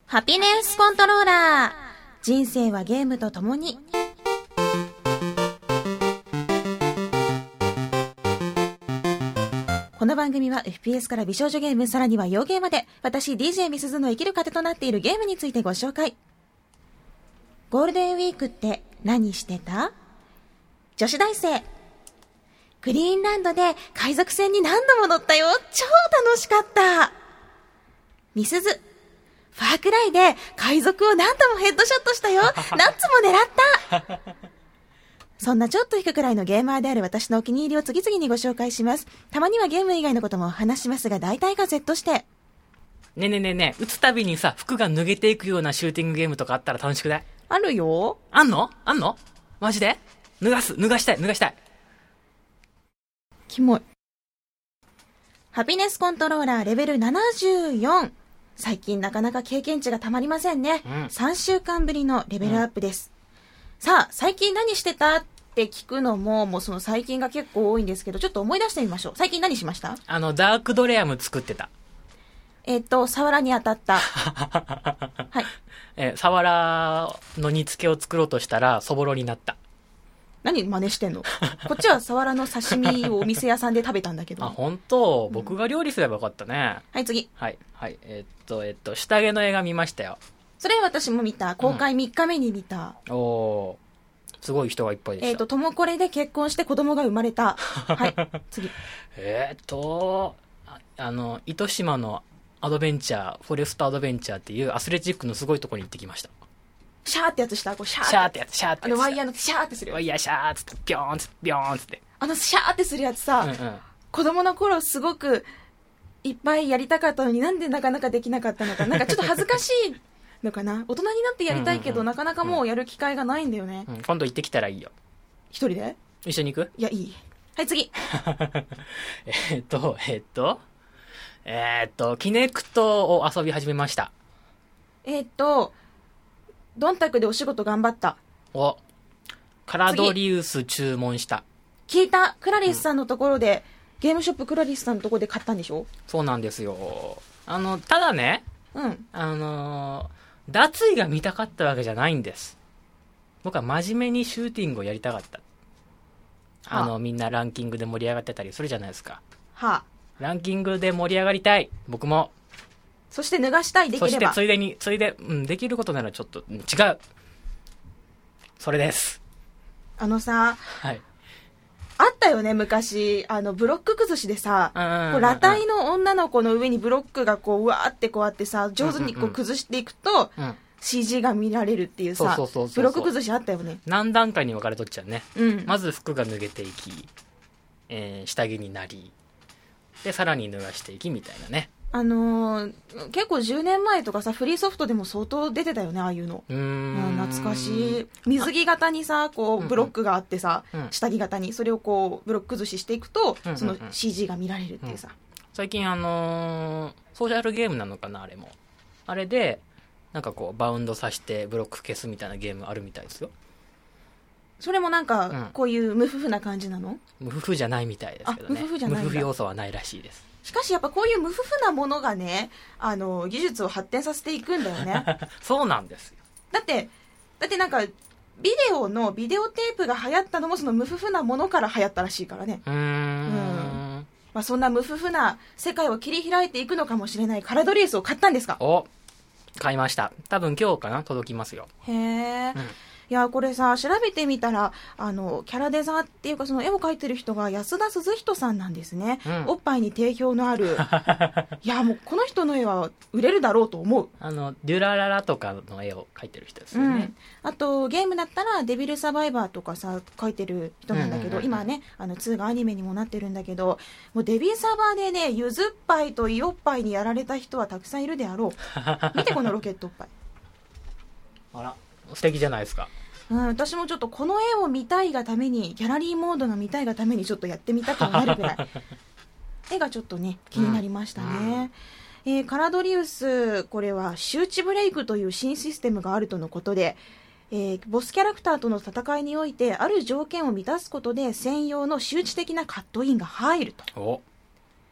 ハピネスコントローラー。人生はゲームとともに。この番組は FPS から美少女ゲーム、さらには洋ゲーまで、私 DJ みすずの生きる糧となっているゲームについてご紹介。ゴールデンウィークって何してた？女子大生。グリーンランドで海賊船に何度も乗ったよ。超楽しかった。みすず。ファークライで海賊を何度もヘッドショットしたよ。ナッツも狙った。そんなちょっと引くくらいのゲーマーである私のお気に入りを次々にご紹介します。たまにはゲーム以外のこともお話しますが、大体が Z して。 ね、打つたびにさ、服が脱げていくようなシューティングゲームとかあったら楽しくない？ あるよ。 あんのマジで？脱がしたい。 キモい。ハピネスコントローラーレベル74。最近なかなか経験値がたまりませんね。3週間ぶりのレベルアップです。さあ、最近何してたって聞くのも、もうその最近が結構多いんですけど、ちょっと思い出してみましょう。最近何しました？ ダークドレアム作ってた。 サワラに当たった。はい。 サワラの煮付けを作ろうとしたら、そぼろになった。 何真似してんの？こっちはサワラの刺身をお店屋さんで食べたんだけど。 あ、本当？僕が料理すればよかったね。 はい、次。 はい。下着の映画見ましたよ。 それ私も見た。公開3日目に見た。 おー。すごい人がいっぱいでした。 ともこれで結婚して子供が生まれた。はい、次。 糸島のアドベンチャー、フォレストアドベンチャーっていうアスレチックのすごいとこに行ってきました。 シャーってやつした？こうシャーってやつ。 ワイヤーのシャーってするやつ。 ワイヤーシャーってピョーンってビョーンって。 シャーってするやつさ、子供の頃すごくいっぱいやりたかったのになんでなかなかできなかったのか。なんかちょっと恥ずかしいのかな。大人になってやりたいけど、なかなかもうやる機会がないんだよね。 今度行ってきたらいいよ。 一人で？ 一緒に行く？ いや、いい。はい、次。 キネクトを遊び始めました。 ドンタクでお仕事頑張った。 カラドリウス注文した。 聞いた。クラリスさんのところで、ゲームショップクラリスさんのところで買ったんでしょ？ そうなんですよ。ただね、脱衣が見たかったわけじゃないんです。僕は真面目にシューティングをやりたかった。みんなランキングで盛り上がってたりするじゃないですか。ランキングで盛り上がりたい。僕も。 そして脱がしたい、できれば。 そしてついで、できることならちょっと、違う。それです。 はい。 あったよね、昔。ブロック崩しでさ、裸体の女の子の上にブロックがこう、うわーってこうあってさ、上手にこう崩していくと、CG が見られるっていうさ、ブロック崩しあったよね。 何段階に分かれとっちゃうね。まず服が脱げていき、下着になり、で、さらに脱がしていきみたいなね。 結構10年前とかさ、フリーソフトでも相当出てたよね、ああいうの。懐かしい。水着型にさ、こう、ブロックがあってさ、下着型に、それをこう、ブロック崩ししていくと、その CG が見られるっていうさ。 最近ソーシャルゲームなのかな、あれも。あれで、なんかこう、バウンドさせてブロック消すみたいなゲームあるみたいですよ。 それもなんか、こういう無夫婦な感じなの？ 無夫婦じゃないみたいですけどね。 無夫婦じゃないんだ。 無夫婦要素はないらしいです。 しかしやっぱこういう無夫婦なものがね、技術を発展させていくんだよね。 そうなんですよ。 だってなんか、ビデオテープが流行ったのもその無夫婦なものから流行ったらしいからね。まあ、そんな無夫婦な世界を切り開いていくのかもしれないカラドリウスを買ったんですか？ 買いました。多分今日かな、届きますよ。 へー。いや、これさ、調べてみたら、キャラデザっていうか、その絵を描いてる人が安田鈴人さんなんですね。おっぱいに定評のある。いや、もうこの人の絵は売れるだろうと思う。 デュラララとかの絵を描いてる人ですよね。 あと、ゲームだったら、デビルサバイバーとかさ、描いてる人なんだけど、今ね、2がアニメにもなってるんだけど、もうデビサバでね、ゆずっぱいとイオっぱいにやられた人はたくさんいるであろう。見て、このロケットおっぱい。 あら、素敵じゃないですか。 私もちょっとこの絵を見たいがために、ギャラリーモードの見たいがためにちょっとやってみたくなるぐらい。絵がちょっとね、気になりましたね。カラドリウス、これは周知ブレイクという新システムがあるとのことで、ボスキャラクターとの戦いにおいてある条件を満たすことで専用の周知的なカットインが入ると。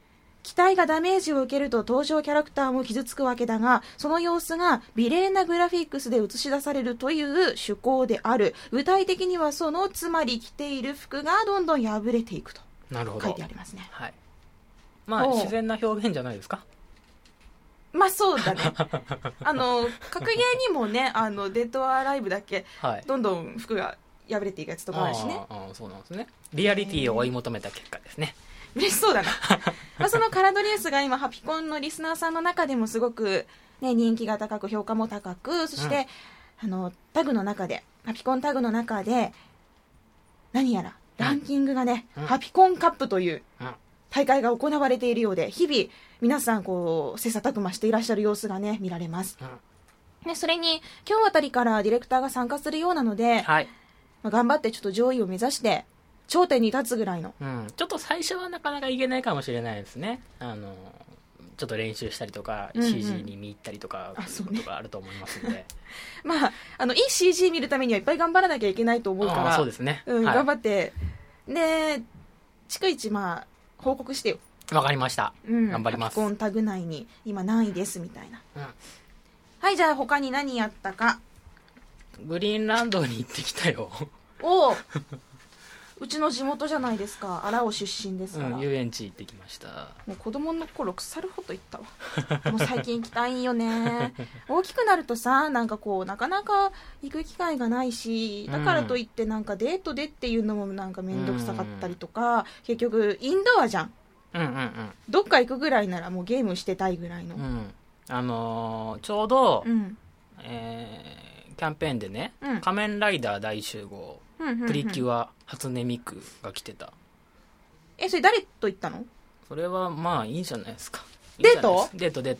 機体がダメージを受けると登場キャラクターも傷つくわけだが、その様子が美麗なグラフィックスで映し出されるという趣向である。具体的にはつまり着ている服がどんどん破れていくと書いてありますね。 はい、まあ自然な表現じゃないですか。 まあそうだね。格ゲーにもね、デッドアライブだっけ、はい、どんどん服が破れていくやつとかあるしね。 そうなんですね。リアリティを追い求めた結果ですね。 嬉しそうだな。まあそのカラドリウスが今ハピコンのリスナーさんの中でもすごく、ね、人気が高く評価も高く、そして、タグの中でハピコンタグの中で何やらランキングがね、ハピコンカップという大会が行われているようで、日々皆さんこう切磋琢磨していらっしゃる様子がね見られます。でそれに今日あたりからディレクターが参加するようなので、はい、まあ、頑張ってちょっと上位を目指して頂点に立つぐらいの、 ちょっと最初はなかなかいけないかもしれないですね。ちょっと練習したりとか、CG に見入ったりとかことがあると思いますので、 まあ、いい CG 見るためにはいっぱい頑張らなきゃいけないと思うから、 そうですね、 はい、頑張ってで逐一まあ報告してよ。 わかりました、頑張ります。 ハピコンタグ内に今何位ですみたいな、はい。じゃあ他に何やったか。 グリーンランドに行ってきたよ。 おうちの地元じゃないですか。荒尾出身ですから、 遊園地行ってきました。 もう子供の頃腐るほど行ったわ。もう最近行きたいんよね。大きくなるとさ、なんかこうなかなか行く機会がないし、だからといってなんかデートでっていうのもなんか面倒くさかったりとか、結局インドアじゃん。どっか行くぐらいならもうゲームしてたいぐらいの、 ちょうど、キャンペーンでね、仮面ライダー大集合、プリキュア初音ミクが来てた。 それ誰と行ったの？ それはまあいいじゃないですか。 デート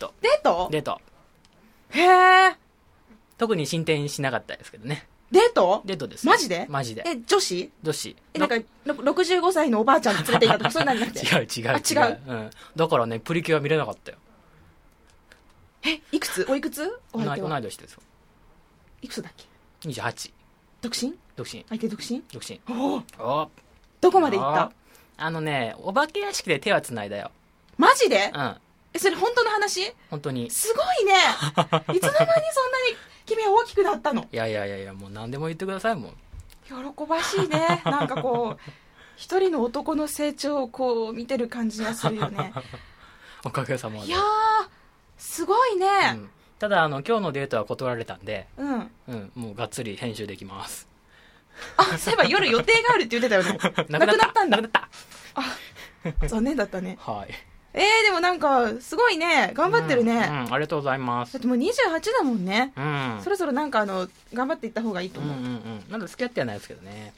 へえ。 特に進展しなかったですけどね。 デートです。 マジで女子なんか65歳のおばあちゃんに連れて行ったとかそういうのじゃなくて違う、だからねプリキュア見れなかったよ。 いくつおいくつ同い年ですよ。 いくつだっけ ？28。 独身相手独身おどこまで行った？ お化け屋敷で手はつないだよ。 マジで？それ本当の話？ 本当に。 すごいね。いつの間にそんなに君は大きくなったの？ いやもう何でも言ってください。もう喜ばしいね。なんかこう一人の男の成長をこう見てる感じがするよね。 おかげさまで。 いやーすごいね、 ただ今日のデートは断られたんで、もうがっつり編集できます。 そういえば夜予定があるって言ってたよね。なくなったんだ。残念だったね。 はい。 でもなんかすごいね、頑張ってるね。 ありがとうございます。 だってもう28だもんね。そろそろなんか頑張っていった方がいいと思う。 まだ付き合ってはないですけどね。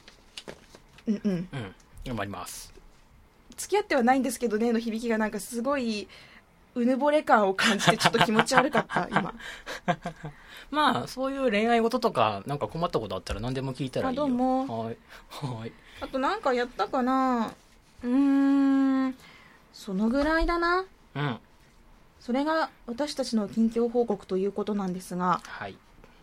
頑張ります。 付き合ってはないんですけどねの響きがなんかすごいうぬぼれ感を感じてちょっと気持ち悪かった今。 まあそういう恋愛事とかなんか困ったことあったら何でも聞いたらいいよ。 どうも。 はい。 あとなんかやったかな。そのぐらいだな。それが私たちの近況報告ということなんですが、 はい。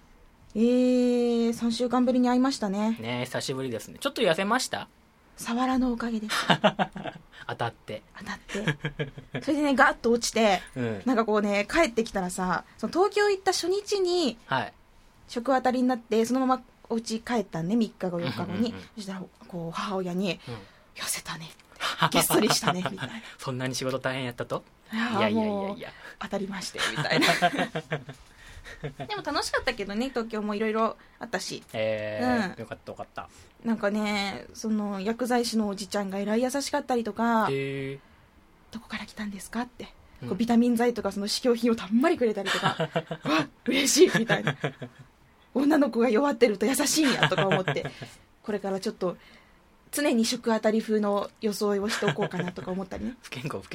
3週間ぶりに会いましたね。 久しぶりですね。ちょっと痩せました？ サワラのおかげです。 当たってそれでねガッと落ちて、なんかこうね帰ってきたらさ、その東京行った初日に食当たりになって、そのままお家帰ったんね、3日後4日後に。そしたらこう母親に、痩せたね、げっそりしたねみたいな。 そんなに仕事大変やったと？ いや当たりましてみたいな。でも楽しかったけどね、東京もいろいろあったし。 よかったなんかね、その薬剤師のおじちゃんがえらい優しかったりとか、どこから来たんですかって、こうビタミン剤とかその試供品をたんまりくれたりとか、わ嬉しいみたいな。女の子が弱ってると優しいんやとか思って、これからちょっと常に食当たり風の装いをしておこうかなとか思ったりね。 不健康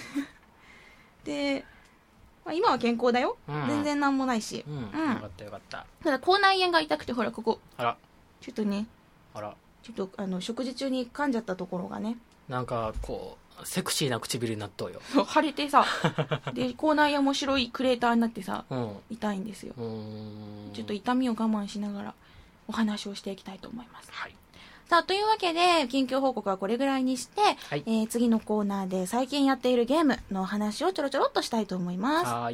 で、今は健康だよ、全然なんもないし、よかった。 ただ口内炎が痛くて、ほらここちょっとね、ちょっと食事中に噛んじゃったところがね、 なんかこうセクシーな唇になっとうよ。 腫れてさで口内炎も白いクレーターになってさ、痛いんですよ。ちょっと痛みを我慢しながらお話をしていきたいと思います。 さあ、というわけで、近況報告はこれぐらいにして、 はい、 次のコーナーで最近やっているゲームの話をちょろちょろっとしたいと思います。 はい。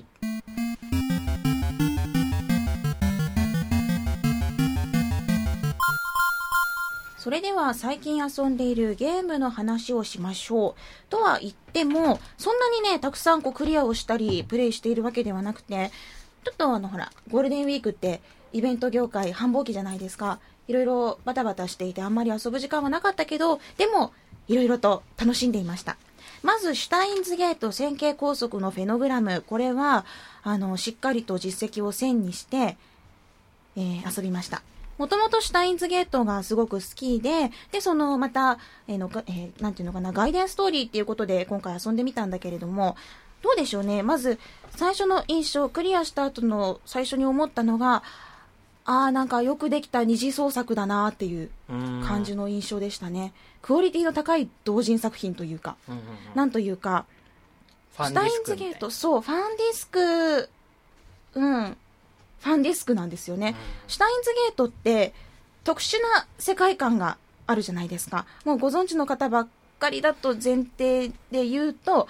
それでは最近遊んでいるゲームの話をしましょう。とは言っても、そんなにね、たくさんクリアをしたり、プレイしているわけではなくて、ちょっとほら、ゴールデンウィークってイベント業界繁忙期じゃないですか。いろいろバタバタしていてあんまり遊ぶ時間はなかったけど、でも、いろいろと楽しんでいました。まず、シュタインズゲート線形高速のフェノグラム。これは、しっかりと実績を1000にして、遊びました。もともとシュタインズゲートがすごく好きで、また、なんていうのかな、ガイデンストーリーっていうことで今回遊んでみたんだけれども、どうでしょうね。まず、最初の印象、クリアした後の最初に思ったのが、なんかよくできた二次創作だなっていう感じの印象でしたね。クオリティの高い同人作品というか、なんというか、シュタインズゲート、そう、ファンディスク、ファンディスクなんですよね。シュタインズゲートって特殊な世界観があるじゃないですか。もうご存知の方ばっかりだと前提で言うと、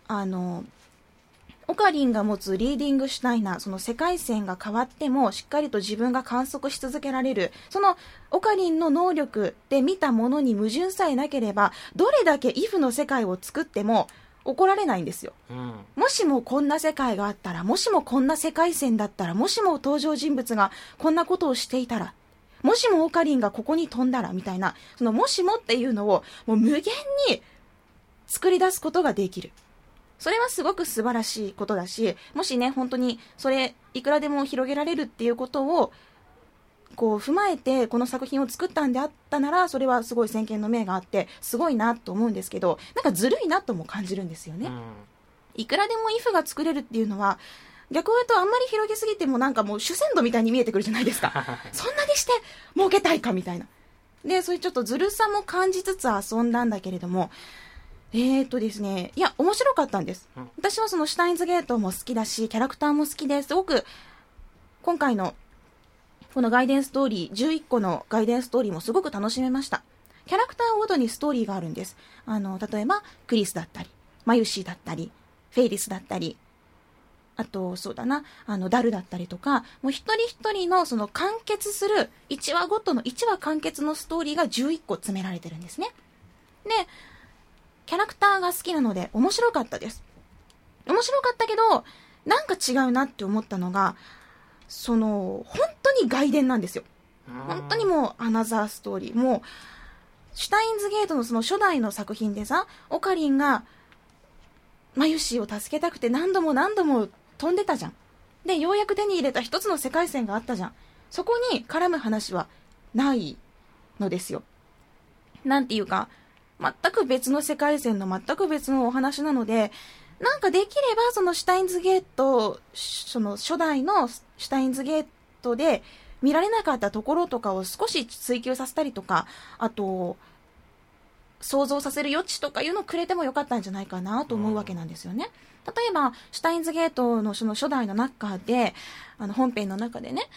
オカリンが持つリーディングシュタイナー、その世界線が変わってもしっかりと自分が観測し続けられる、そのオカリンの能力で見たものに矛盾さえなければ、どれだけイフの世界を作っても怒られないんですよ、もしもこんな世界があったら、もしもこんな世界線だったら、もしも登場人物がこんなことをしていたら、もしもオカリンがここに飛んだらみたいな、そのもしもっていうのをもう無限に作り出すことができる。それはすごく素晴らしいことだし、もしね、本当にそれいくらでも広げられるっていうことを踏まえてこの作品を作ったんであったなら、それはすごい先見の明があってすごいなと思うんですけど、なんかずるいなとも感じるんですよね。いくらでもイフが作れるっていうのは、逆を言うとあんまり広げすぎてもなんかもう主戦度みたいに見えてくるじゃないですかそんなにして儲けたいかみたいな。で、そういうちょっとずるさも感じつつ遊んだんだけれども、ですね、いや面白かったんです。私はそのシュタインズゲートも好きだし、キャラクターも好きで、すごく今回のこのガイデンストーリー、11個のガイデンストーリーもすごく楽しめました。キャラクターごとにストーリーがあるんです。例えばクリスだったり、マユシーだったり、フェイリスだったり、あとそうだな、ダルだったりとか、もう一人一人のその完結する1話ごとの1話完結のストーリーが11個詰められてるんですね。で、キャラクターが好きなので面白かったです。面白かったけど、なんか違うなって思ったのが、本当に外伝なんですよ。本当にもうアナザーストーリー。もうシュタインズゲートのその初代の作品でさ、オカリンがマユシーを助けたくて何度も何度も飛んでたじゃん。で、ようやく手に入れた一つの世界線があったじゃん。そこに絡む話はないのですよ。なんていうか、全く別の世界線の全く別のお話なので、なんかできればそのシュタインズゲート、その初代のシュタインズゲートで見られなかったところとかを少し追求させたりとか、あと想像させる余地とかいうのをくれてもよかったんじゃないかなと思うわけなんですよね。例えばシュタインズゲートのその初代の中で、本編の中でね、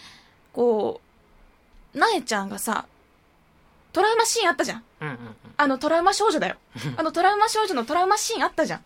ナエちゃんがさ、トラウマシーンあったじゃん。トラウマ少女だよ。トラウマ少女のトラウマシーンあったじゃん。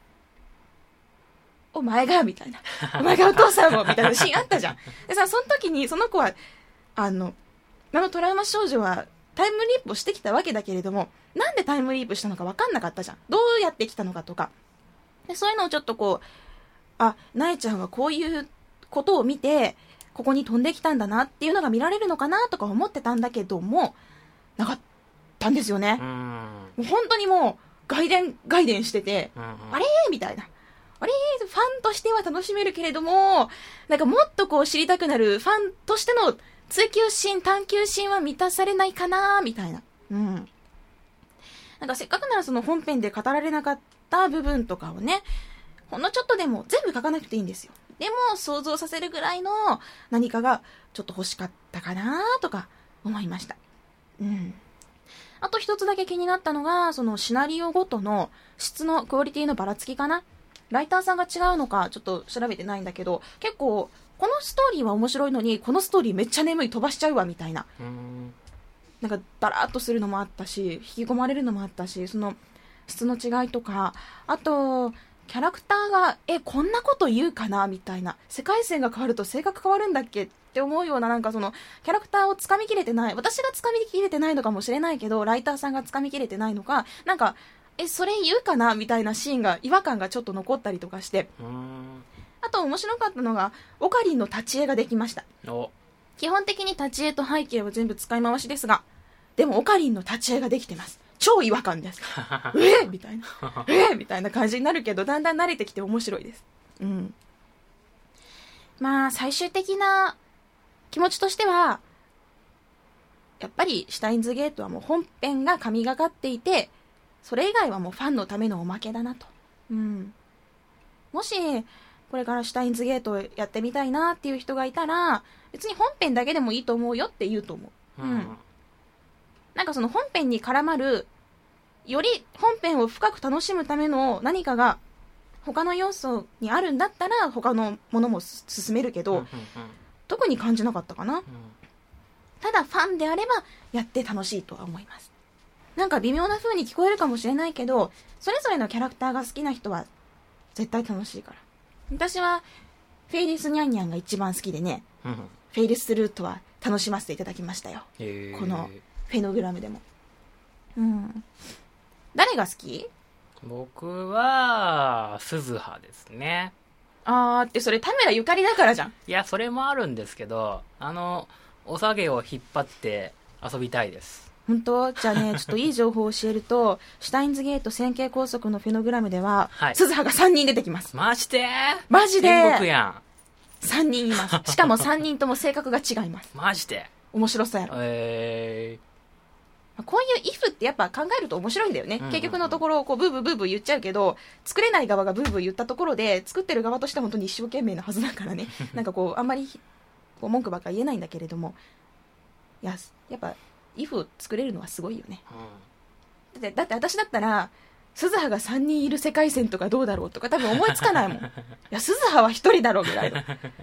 お前がみたいな。お前がお父さんもみたいなシーンあったじゃん。でさ、その時にその子はトラウマ少女はタイムリープをしてきたわけだけれども、なんでタイムリープしたのか分かんなかったじゃん。どうやって来たのかとか。で、そういうのをちょっとナエちゃんはこういうことを見てここに飛んできたんだなっていうのが見られるのかなとか思ってたんだけども、なかったんですよね。もう本当にもう外伝してて、あれみたいな。あれファンとしては楽しめるけれども、なんかもっと知りたくなるファンとしての追求心、探求心は満たされないかなみたいな。なんかせっかくならその本編で語られなかった部分とかをね、ほんのちょっとでも全部書かなくていいんですよ。でも想像させるぐらいの何かがちょっと欲しかったかなとか思いました。あと一つだけ気になったのが、そのシナリオごとの質のクオリティのばらつきかな。ライターさんが違うのかちょっと調べてないんだけど、結構このストーリーは面白いのにこのストーリーめっちゃ眠い、飛ばしちゃうわみたいな。 なんかダラーっとするのもあったし、引き込まれるのもあったし、その質の違いとか、あとキャラクターがこんなこと言うかなみたいな、世界線が変わると性格変わるんだっけって思うような、なんかそのキャラクターをつかみきれてない、私がつかみきれてないのかもしれないけど、ライターさんがつかみきれてないのか、なんかそれ言うかなみたいなシーンが、違和感がちょっと残ったりとかして、あと面白かったのがオカリンの立ち絵ができました。基本的に立ち絵と背景は全部使い回しですが、でもオカリンの立ち絵ができてます。超違和感です。みたいなみたいな感じになるけど、だんだん慣れてきて面白いです。まあ最終的な気持ちとしては、やっぱりシュタインズゲートはもう本編が神がかっていて、それ以外はもうファンのためのおまけだなと。もしこれからシュタインズゲートをやってみたいなっていう人がいたら、別に本編だけでもいいと思うよって言うと思う。なんかその本編に絡まる、より本編を深く楽しむための何かが他の要素にあるんだったら、他のものも進めるけど、特に感じなかったかな。ただファンであればやって楽しいとは思います。なんか微妙な風に聞こえるかもしれないけど、それぞれのキャラクターが好きな人は絶対楽しいから。私はフェイリスニャンニャンが一番好きでね、フェイリスルートは楽しませていただきましたよ。このフェノグラムでも。誰が好き？ 僕は鈴葉ですね。 ってそれ田村ゆかりだからじゃん。 いや、それもあるんですけど、お下げを引っ張って遊びたいです。 本当？じゃあね、ちょっといい情報を教えると、シュタインズゲート線形高速のフェノグラムでは、鈴葉が3人出てきます。 マジで天国やん。3人います。しかも3人とも性格が違います。 マジで面白そうやろ。こういうイフってやっぱ考えると面白いんだよね。結局のところこうブーブーブーブー言っちゃうけど、作れない側がブーブー言ったところで、作ってる側としては本当に一生懸命なはずだからね。なんかこうあんまりこう文句ばっか言えないんだけれども、やっぱイフを作れるのはすごいよね。だって私だったら鈴葉が3人いる世界線とかどうだろうとか多分思いつかないもん。いや鈴葉は1人だろうぐらいの。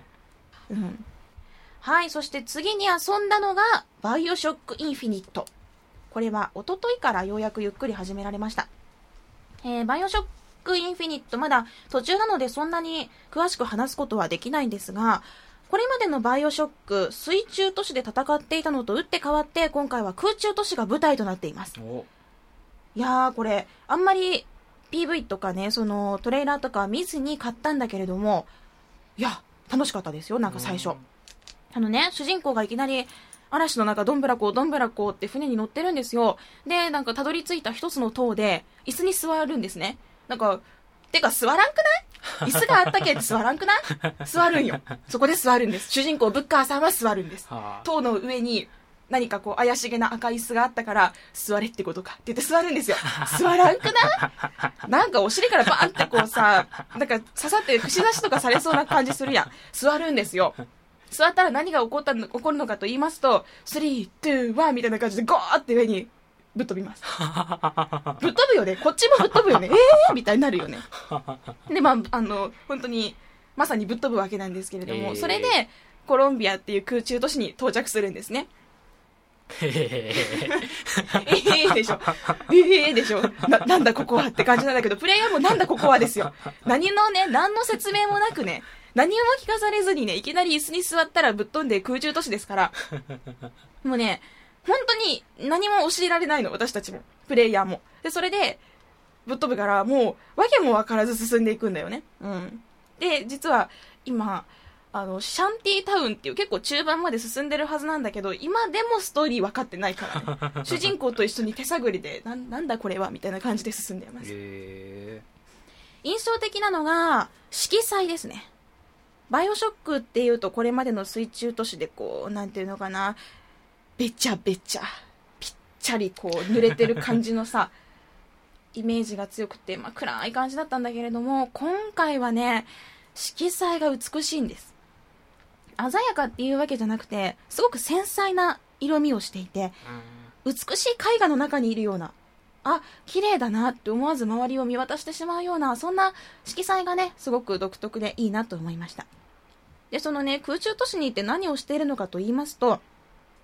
はい、そして次に遊んだのがバイオショックインフィニット。これは一昨日からようやくゆっくり始められました。バイオショックインフィニットまだ途中なのでそんなに詳しく話すことはできないんですが、これまでのバイオショック、水中都市で戦っていたのと打って変わって、今回は空中都市が舞台となっています。いやー、これあんまり PV とかね、そのトレーラーとか見ずに買ったんだけれども、いや楽しかったですよ。なんか最初主人公がいきなり嵐の中どんぶらこどんぶらこって船に乗ってるんですよ。でなんかたどり着いた一つの塔で椅子に座るんですね。なんかてか座らんくない？椅子があったけって座らんくない？座るんよ。そこで座るんです。主人公ブッカーさんは座るんです。塔の上に何かこう怪しげな赤い椅子があったから座れってことかって言って座るんですよ。座らんくない？なんかお尻からバーンってこうさ、なんか刺さって串刺しとかされそうな感じするやん。座るんですよ。座ったら何が起こるのかと言いますと、3、2、1みたいな感じでゴーって上にぶっ飛びます。ぶっ飛ぶよね。こっちもぶっ飛ぶよね。みたいになるよね。で、本当にまさにぶっ飛ぶわけなんですけれども、それでコロンビアっていう空中都市に到着するんですね。でしょ。でしょ。なんだここはって感じなんだけど、プレイヤーもなんだここはですよ。何の説明もなくね、何も聞かされずにね、いきなり椅子に座ったらぶっ飛んで空中都市ですから、もうね、本当に何も教えられないの、私たちも。プレイヤーも。で、それで、ぶっ飛ぶから、もう、わけもわからず進んでいくんだよね。で、実は、今、シャンティタウンっていう結構中盤まで進んでるはずなんだけど、今でもストーリー分かってないからね。主人公と一緒に手探りで、なんだこれはみたいな感じで進んでます。印象的なのが、色彩ですね。バイオショックっていうとこれまでの水中都市でこうなんていうのかな、べちゃべちゃぴっちゃりこう濡れてる感じのさイメージが強くて、暗い感じだったんだけれども、今回はね色彩が美しいんです。鮮やかっていうわけじゃなくてすごく繊細な色味をしていて、美しい絵画の中にいるような、綺麗だなって思わず周りを見渡してしまうような、そんな色彩がねすごく独特でいいなと思いました。でそのね空中都市に行って何をしているのかと言いますと、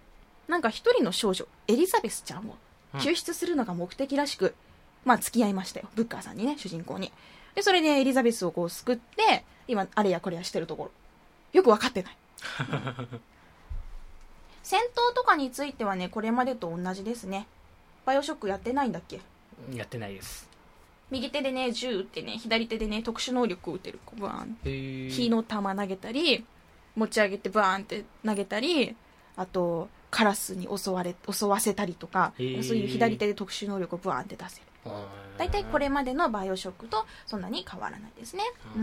なんか一人の少女エリザベスちゃんを救出するのが目的らしく、まあ付き合いましたよ、ブッカーさんにね、主人公に。でそれでエリザベスをこう救って今あれやこれやしてるところ、よく分かってない戦闘とかについてはね、これまでと同じですね。バイオショックやってないんだっけ？ やってないです。 右手でね銃撃ってね、左手でね特殊能力を撃てる、ブワーン、火の玉投げたり持ち上げてブワーンって投げたり、あとカラスに襲わせたりとか、そういう左手で特殊能力をブワーンって出せる。だいたいこれまでのバイオショックとそんなに変わらないですね。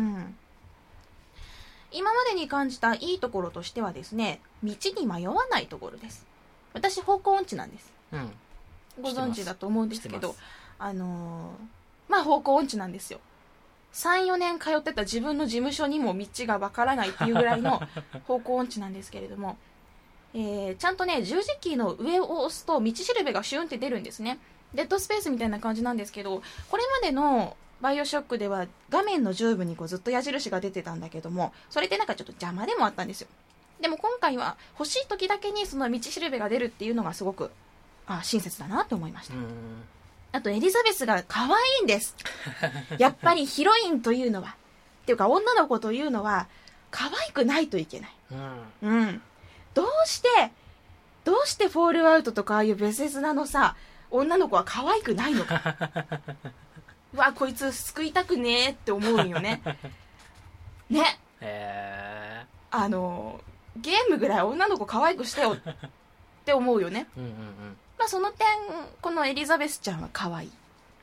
今までに感じたいいところとしてはですね、道に迷わないところです。私方向音痴なんです、ご存知だと思うんですけど、まあ方向音痴なんですよ。3、4年通ってた自分の事務所にも道がわからないっていうぐらいの方向音痴なんですけれども、ちゃんとね十字キーの上を押すと道しるべがシュンって出るんですね。デッドスペースみたいな感じなんですけど、これまでのバイオショックでは画面の上部にこうずっと矢印が出てたんだけども、それってなんかちょっと邪魔でもあったんですよ。でも今回は欲しい時だけにその道しるべが出るっていうのがすごく親切だなと思いました。あとエリザベスが可愛いんですやっぱりヒロインというのはっていうか女の子というのは可愛くないといけない。どうしてフォールアウトとかああいうベセスナのさ女の子は可愛くないのかうわこいつ救いたくねえって思うんよねね、ゲームぐらい女の子可愛くしてよって思うよね。まあその点このエリザベスちゃんは可愛い。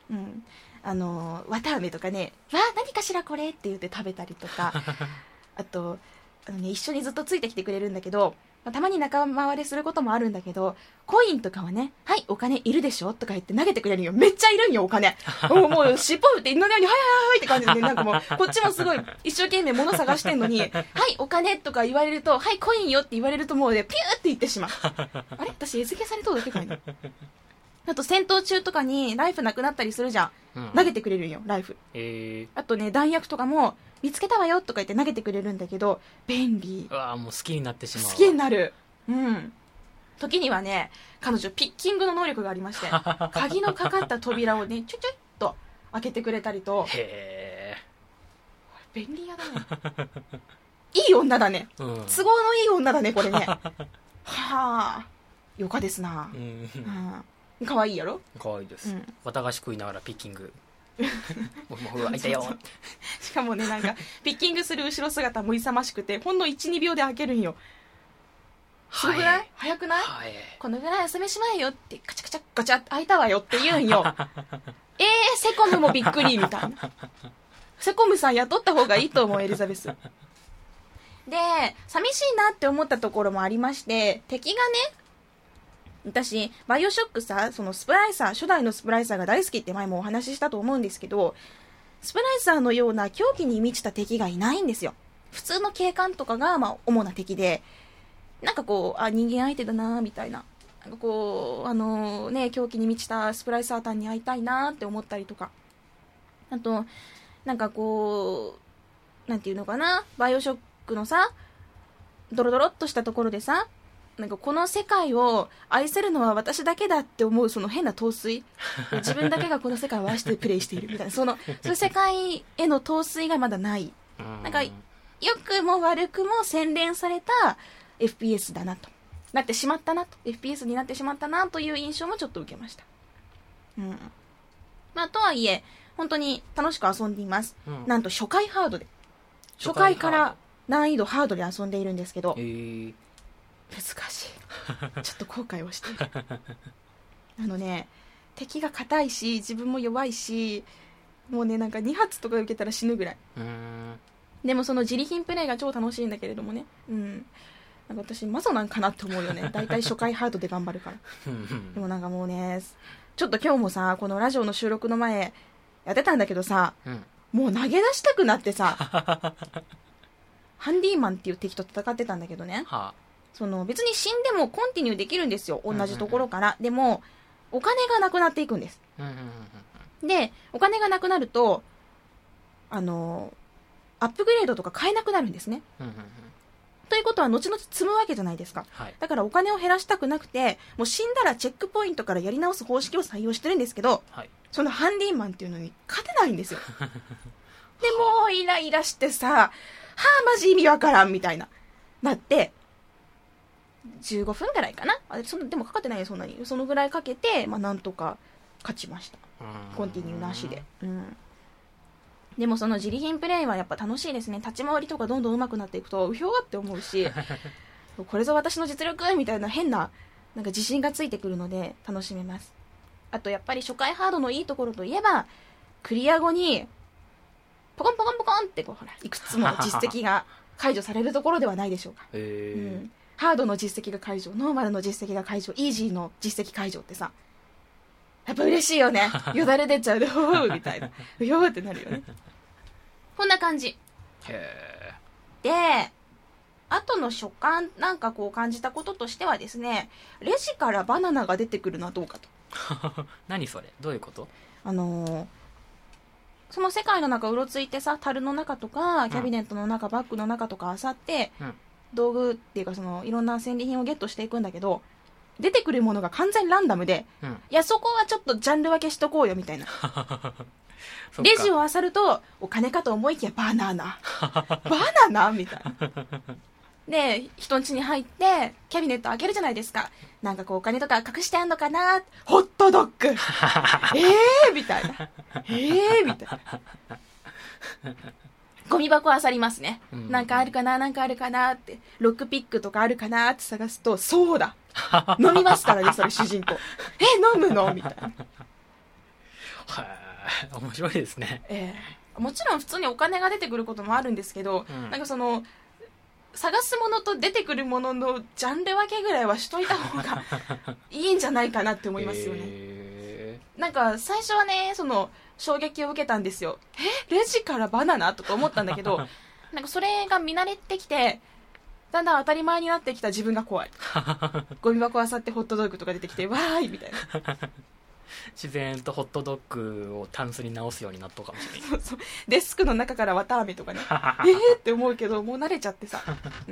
綿あめとかね、わあ何かしらこれって言って食べたりとかあと一緒にずっとついてきてくれるんだけど、たまに仲間割れすることもあるんだけど、コインとかはね、はいお金いるでしょとか言って投げてくれるよ。めっちゃいるんよお金もう尻尾振って犬のようにはいはいはいって感じでね、なんかもうこっちもすごい一生懸命物探してんのにはいお金とか言われると、はいコインよって言われるともうねピューって言ってしまうあれ私餌付けされとうだけかいなあと戦闘中とかにライフなくなったりするじゃん、投げてくれるんよライフ。あとね弾薬とかも見つけたわよとか言って投げてくれるんだけど、便利。 うわもう好きになってしまう。 好きになる。時にはね彼女ピッキングの能力がありまして鍵のかかった扉をねちょちょっと開けてくれたりと。便利屋だねいい女だね、都合のいい女だねこれねはあよかですな。可愛いやろ。 可愛いです、綿菓子食いながらピッキングもういたよしかもねなんかピッキングする後ろ姿も勇ましくて、ほんの 1,2 秒で開けるんよ。すごくない？早くない？このぐらい遊べしまえよってカチャカチャガチャ開いたわよって言うんよセコムもびっくりみたいなセコムさん雇った方がいいと思うエリザベスで。寂しいなって思ったところもありまして、敵がね、私バイオショックさ、そのスプライサー、初代のスプライサーが大好きって前もお話ししたと思うんですけど、スプライサーのような狂気に満ちた敵がいないんですよ。普通の警官とかがまあ主な敵で、なんかこう人間相手だなみたいな、なんかこう狂気に満ちたスプライサータンに会いたいなって思ったりとか、あとなんかこうなんていうのかな、バイオショックのさドロドロっとしたところでさ、なんかこの世界を愛せるのは私だけだって思うその変な陶酔自分だけがこの世界を愛してプレイしているみたいなそういう世界への陶酔がまだない、なんか良くも悪くも洗練された FPS だなとなってしまったなと FPS になってしまったなという印象もちょっと受けました。まあとはいえ本当に楽しく遊んでいます、なんと初回ハードで初回から難易度ハードで遊んでいるんですけど、難しいちょっと後悔をしている敵が硬いし自分も弱いし、もうねなんか2発とか受けたら死ぬぐらい。でもその自利品プレイが超楽しいんだけれどもね、なんか私マゾなんかなって思うよねだいたい初回ハードで頑張るからでもなんかもうねちょっと今日もさこのラジオの収録の前やってたんだけどさ、もう投げ出したくなってさハンディーマンっていう敵と戦ってたんだけどね、その別に死んでもコンティニューできるんですよ同じところから、でもお金がなくなっていくんです、でお金がなくなるとアップグレードとか買えなくなるんですね、 ということは後々積むわけじゃないですか、 はい、 だからお金を減らしたくなくて、もう死んだらチェックポイントからやり直す方式を採用してるんですけど、 はい、 そのハンディマンっていうのに勝てないんですよでもうイライラしてさ、はあマジ意味わからんみたいなって15分ぐらいかな、でもかかってないよそんなに、そのぐらいかけて、なんとか勝ちました、コンティニューなしで、でもその自利品プレイはやっぱ楽しいですね。立ち回りとかどんどん上手くなっていくとうひょーって思うしこれぞ私の実力みたいな変ななんか自信がついてくるので楽しめます。あとやっぱり初回ハードのいいところといえば、クリア後にポコンポコンポコンってこうほらいくつも実績が解除されるところではないでしょうかハードの実績が解除、ノーマルの実績が解除、イージーの実績解除ってさ、やっぱ嬉しいよね。よだれ出ちゃうでほーみたいなうよーってなるよね。こんな感じで、後の所感なんかこう感じたこととしてはですね、レジからバナナが出てくるのはどうかと何それ、どういうこと？ その世界の中うろついてさ、樽の中とかキャビネットの中、バッグの中とか漁って、道具っていうかそのいろんな戦利品をゲットしていくんだけど、出てくるものが完全ランダムで、いやそこはちょっとジャンル分けしとこうよみたいなレジを漁るとお金かと思いきやバナナバナナみたいなで人ん家に入ってキャビネット開けるじゃないですか。なんかこうお金とか隠してあんのかな、ホットドッグみたいなみたいなゴミ箱漁りますね、なんかあるかななんかあるかなって、ロックピックとかあるかなって探すと、そうだ飲みますからねそれ主人公飲むのみたいな面白いですね、 もちろん普通にお金が出てくることもあるんですけど、なんかその探すものと出てくるもののジャンル分けぐらいはしといた方がいいんじゃないかなって思いますよね、なんか最初はねその衝撃を受けたんですよ。レジからバナナとか思ったんだけどなんかそれが見慣れてきてだんだん当たり前になってきた自分が怖いゴミ箱あさってホットドッグとか出てきてわーいみたいな自然とホットドッグをタンスに直すようになったかもしれないそうデスクの中から綿あめとかねって思うけどもう慣れちゃってさ、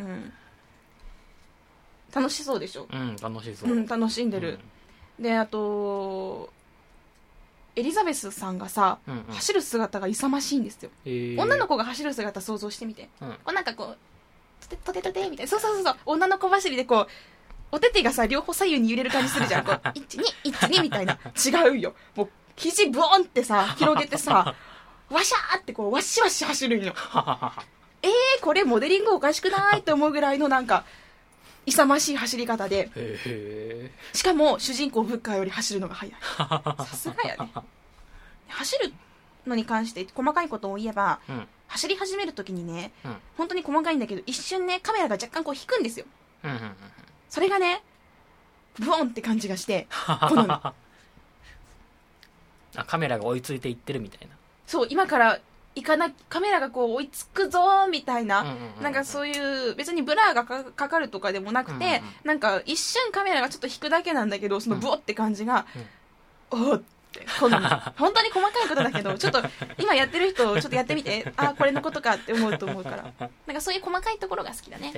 楽しそうでしょ。 楽しそう、 楽しんでる、であとエリザベスさんがさ、走る姿が勇ましいんですよ、女の子が走る姿想像してみて、こうなんかこうトテトテみたいな、そう女の子走りでこうお手手がさ両方左右に揺れる感じするじゃんこう12みたいな、違うよ、もう肘ブーンってさ広げてさワシャーってこうワシワシ走るんよこれモデリングおかしくないって思うぐらいのなんか勇ましい走り方で、しかも主人公フッカーより走るのが速いさすがやね。走るのに関して細かいことを言えば、走り始めるときにね、本当に細かいんだけど一瞬ねカメラが若干こう引くんですよ、それがねブオンって感じがして好みカメラが追いついていってるみたいな、 そう今からカメラがこう追いつくぞみたいな、なんかそういう別にブラーがかかるとかでもなくて、なんか一瞬カメラがちょっと引くだけなんだけど、そのブオって感じが、おーって好み本当に細かいことだけどちょっと今やってる人ちょっとやってみてこれのことかって思うと思うからなんかそういう細かいところが好きだね、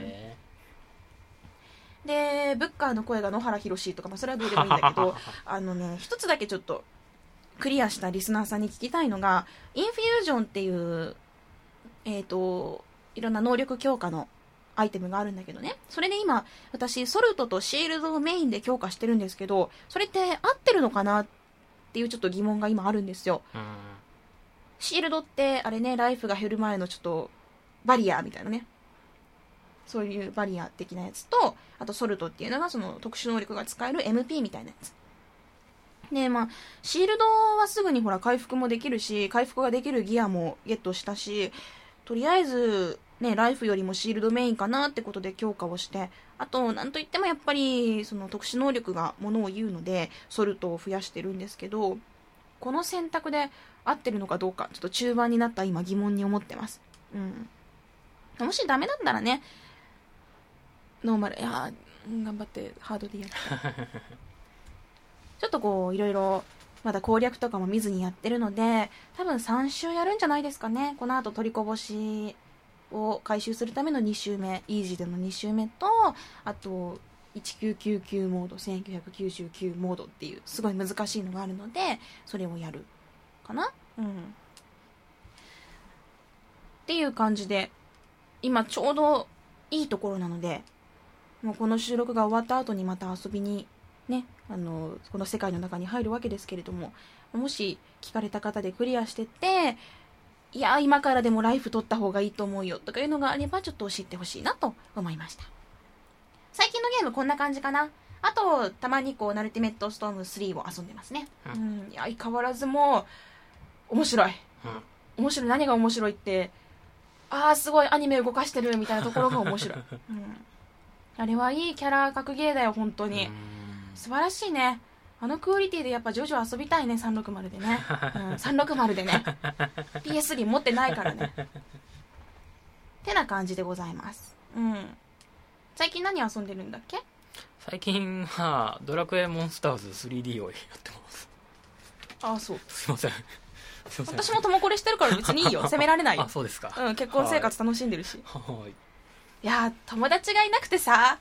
でブッカーの声が野原ひろしとか、それはどうでもいいんだけど一つだけちょっとクリアしたリスナーさんに聞きたいのが、インフュージョンっていういろんな能力強化のアイテムがあるんだけどね、それで今私ソルトとシールドをメインで強化してるんですけど、それって合ってるのかなっていうちょっと疑問が今あるんですよ。シールドってあれね、ライフが減る前のちょっとバリアみたいなね、そういうバリア的なやつと、あとソルトっていうのがその特殊能力が使える MP みたいなやつで、シールドはすぐにほら回復もできるし、回復ができるギアもゲットしたし、とりあえずねライフよりもシールドメインかなってことで強化をして、あとなんといってもやっぱりその特殊能力がものを言うのでソルトを増やしてるんですけど、この選択で合ってるのかどうかちょっと中盤になった今疑問に思ってます。もしダメだったらねノーマル頑張ってハードでやったちょっとこういろいろまだ攻略とかも見ずにやってるので、多分3週やるんじゃないですかね。この後取りこぼしを回収するための2周目、イージーでの2周目と、あと1999モード、1999モードっていうすごい難しいのがあるので、それをやるかな。っていう感じで、今ちょうどいいところなので、もうこの収録が終わった後にまた遊びにね、この世界の中に入るわけですけれども、もし聞かれた方でクリアしてて、いや今からでもライフ取った方がいいと思うよとかいうのがあれば、ちょっと教えてほしいなと思いました。最近のゲームこんな感じかな。あとたまにナルティメットストーム3を遊んでますね。いや相変わらずもう面白い、面白い。何が面白いって、すごいアニメ動かしてるみたいなところが面白い、あれはいいキャラ格ゲーだよ。本当に素晴らしいね。あのクオリティでやっぱジョジョ遊びたいね。360でね、360でねPS3 持ってないからねてな感じでございます。最近何遊んでるんだっけ？ 最近はドラクエモンスターズ 3D をやってます。 そう。 すいません。 私もトモコレしてるから別にいいよ。責められないよ。 そうですか。 結婚生活楽しんでるし。 いや友達がいなくてさ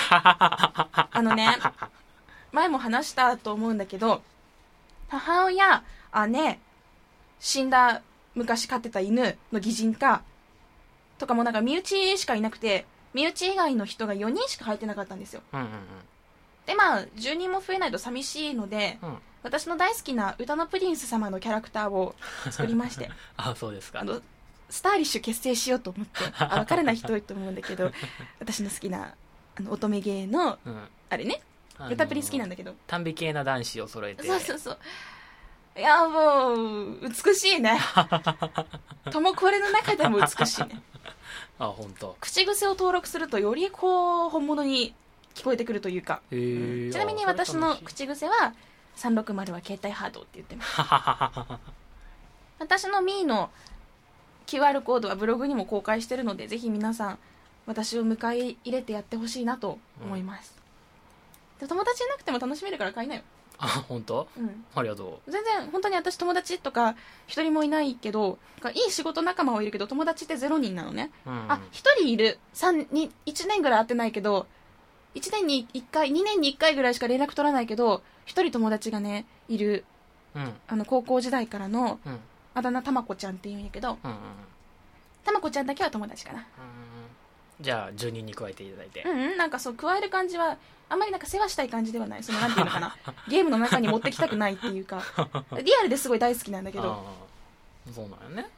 前も話したと思うんだけど、母親、姉、死んだ昔飼ってた犬の擬人化とかも身内しかいなくて、身内以外の人が4人しか入ってなかったんですよ。で10人も増えないと寂しいので、私の大好きな歌のプリンス様のキャラクターを作りましてそうですか。 スタイリッシュ結成しようと思って、分からない人多いと思うんだけど私の好きな乙女芸の、あれね、歌プリ好きなんだけど、 短美系な男子を揃えて。 そういやもう美しいねともこれの中でも美しいね本当。 口癖を登録するとより本物に聞こえてくるというか、ちなみに私の口癖は360は携帯ハードって言ってます私のミーの QR コードはブログにも公開してるので、ぜひ皆さん私を迎え入れてやってほしいなと思います、友達いなくても楽しめるから買いなよ。 本当？ありがとう。全然本当に私友達とか一人もいないけど、いい仕事仲間はいるけど友達って0人なのね。一人いる。1年ぐらい会ってないけど、1年に1回2年に1回ぐらいしか連絡取らないけど、一人友達がねいる、高校時代からの、あだ名たまこちゃんっていうんやけど、たまこちゃんだけは友達かな。 じゃあ10人に加えていただいて。 加える感じはあんまり世話したい感じではない。なんていうのかなゲームの中に持ってきたくないっていうかリアルですごい大好きなんだけど、 そうなんよね。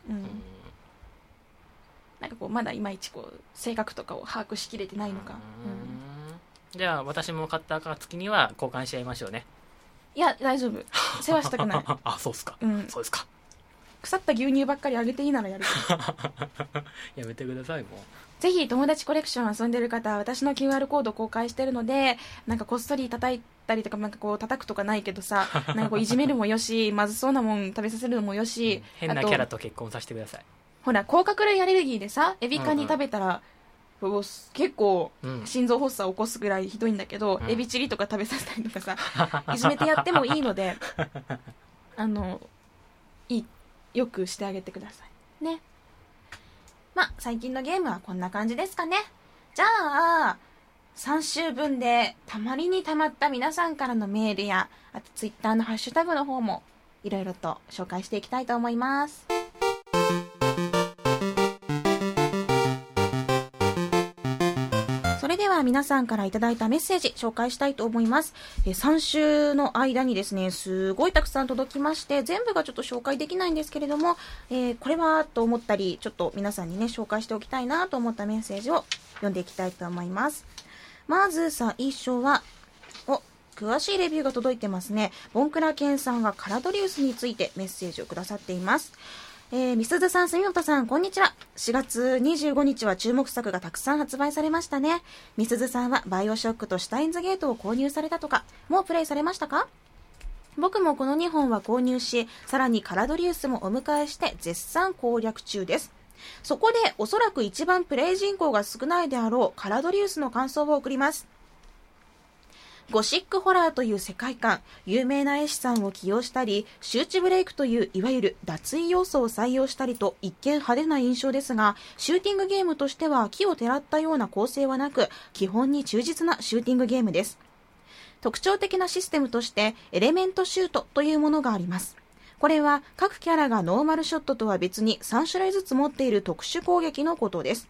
まだいまいち性格とかを把握しきれてないのか。 じゃあ私も買った暁には交換し合いましょうね。 いや大丈夫、世話したくないそうっすか。そうですか。 腐った牛乳ばっかりあげていいならやるけどやめてください。もうぜひ友達コレクション遊んでる方は私の QR コード公開してるので、こっそり叩いたりとか、叩くとかないけどさいじめるもよしまずそうなもん食べさせるのもよし、 変なキャラと結婚させてください。 ほら甲殻類アレルギーでさエビカニ食べたら、結構心臓発作を起こすぐらいひどいんだけど、エビチリとか食べさせたりとかさいじめてやってもいいのでよくしてあげてくださいね。最近のゲームはこんな感じですかね。じゃあ3週分でたまりにたまった皆さんからのメールや、あとツイッターのハッシュタグの方もいろいろと紹介していきたいと思います。それでは皆さんからいただいたメッセージ紹介したいと思います。3週の間にですね、すごいたくさん届きまして、全部がちょっと紹介できないんですけれども、これはと思ったり、ちょっと皆さんにね、紹介しておきたいなと思ったメッセージを読んでいきたいと思います。まず最初は、詳しいレビューが届いてますね。ボンクラケンさんがカラドリウスについてメッセージをくださっています。みすずさん、住本さん、こんにちは。4月25日は注目作がたくさん発売されましたね。みすずさんはバイオショックとシュタインズゲートを購入されたとか、もうプレイされましたか？僕もこの2本は購入し、さらにカラドリウスもお迎えして絶賛攻略中です。そこでおそらく一番プレイ人口が少ないであろうカラドリウスの感想を送ります。 ゴシックホラーという世界観、有名な絵師さんを起用したり、周知ブレイクといういわゆる脱衣要素を採用したりと一見派手な印象ですが、シューティングゲームとしては奇をてらったような構成はなく、基本に忠実なシューティングゲームです。特徴的なシステムとしてエレメントシュートというものがあります。これは各キャラがノーマルショットとは別に3種類ずつ持っている特殊攻撃のことです。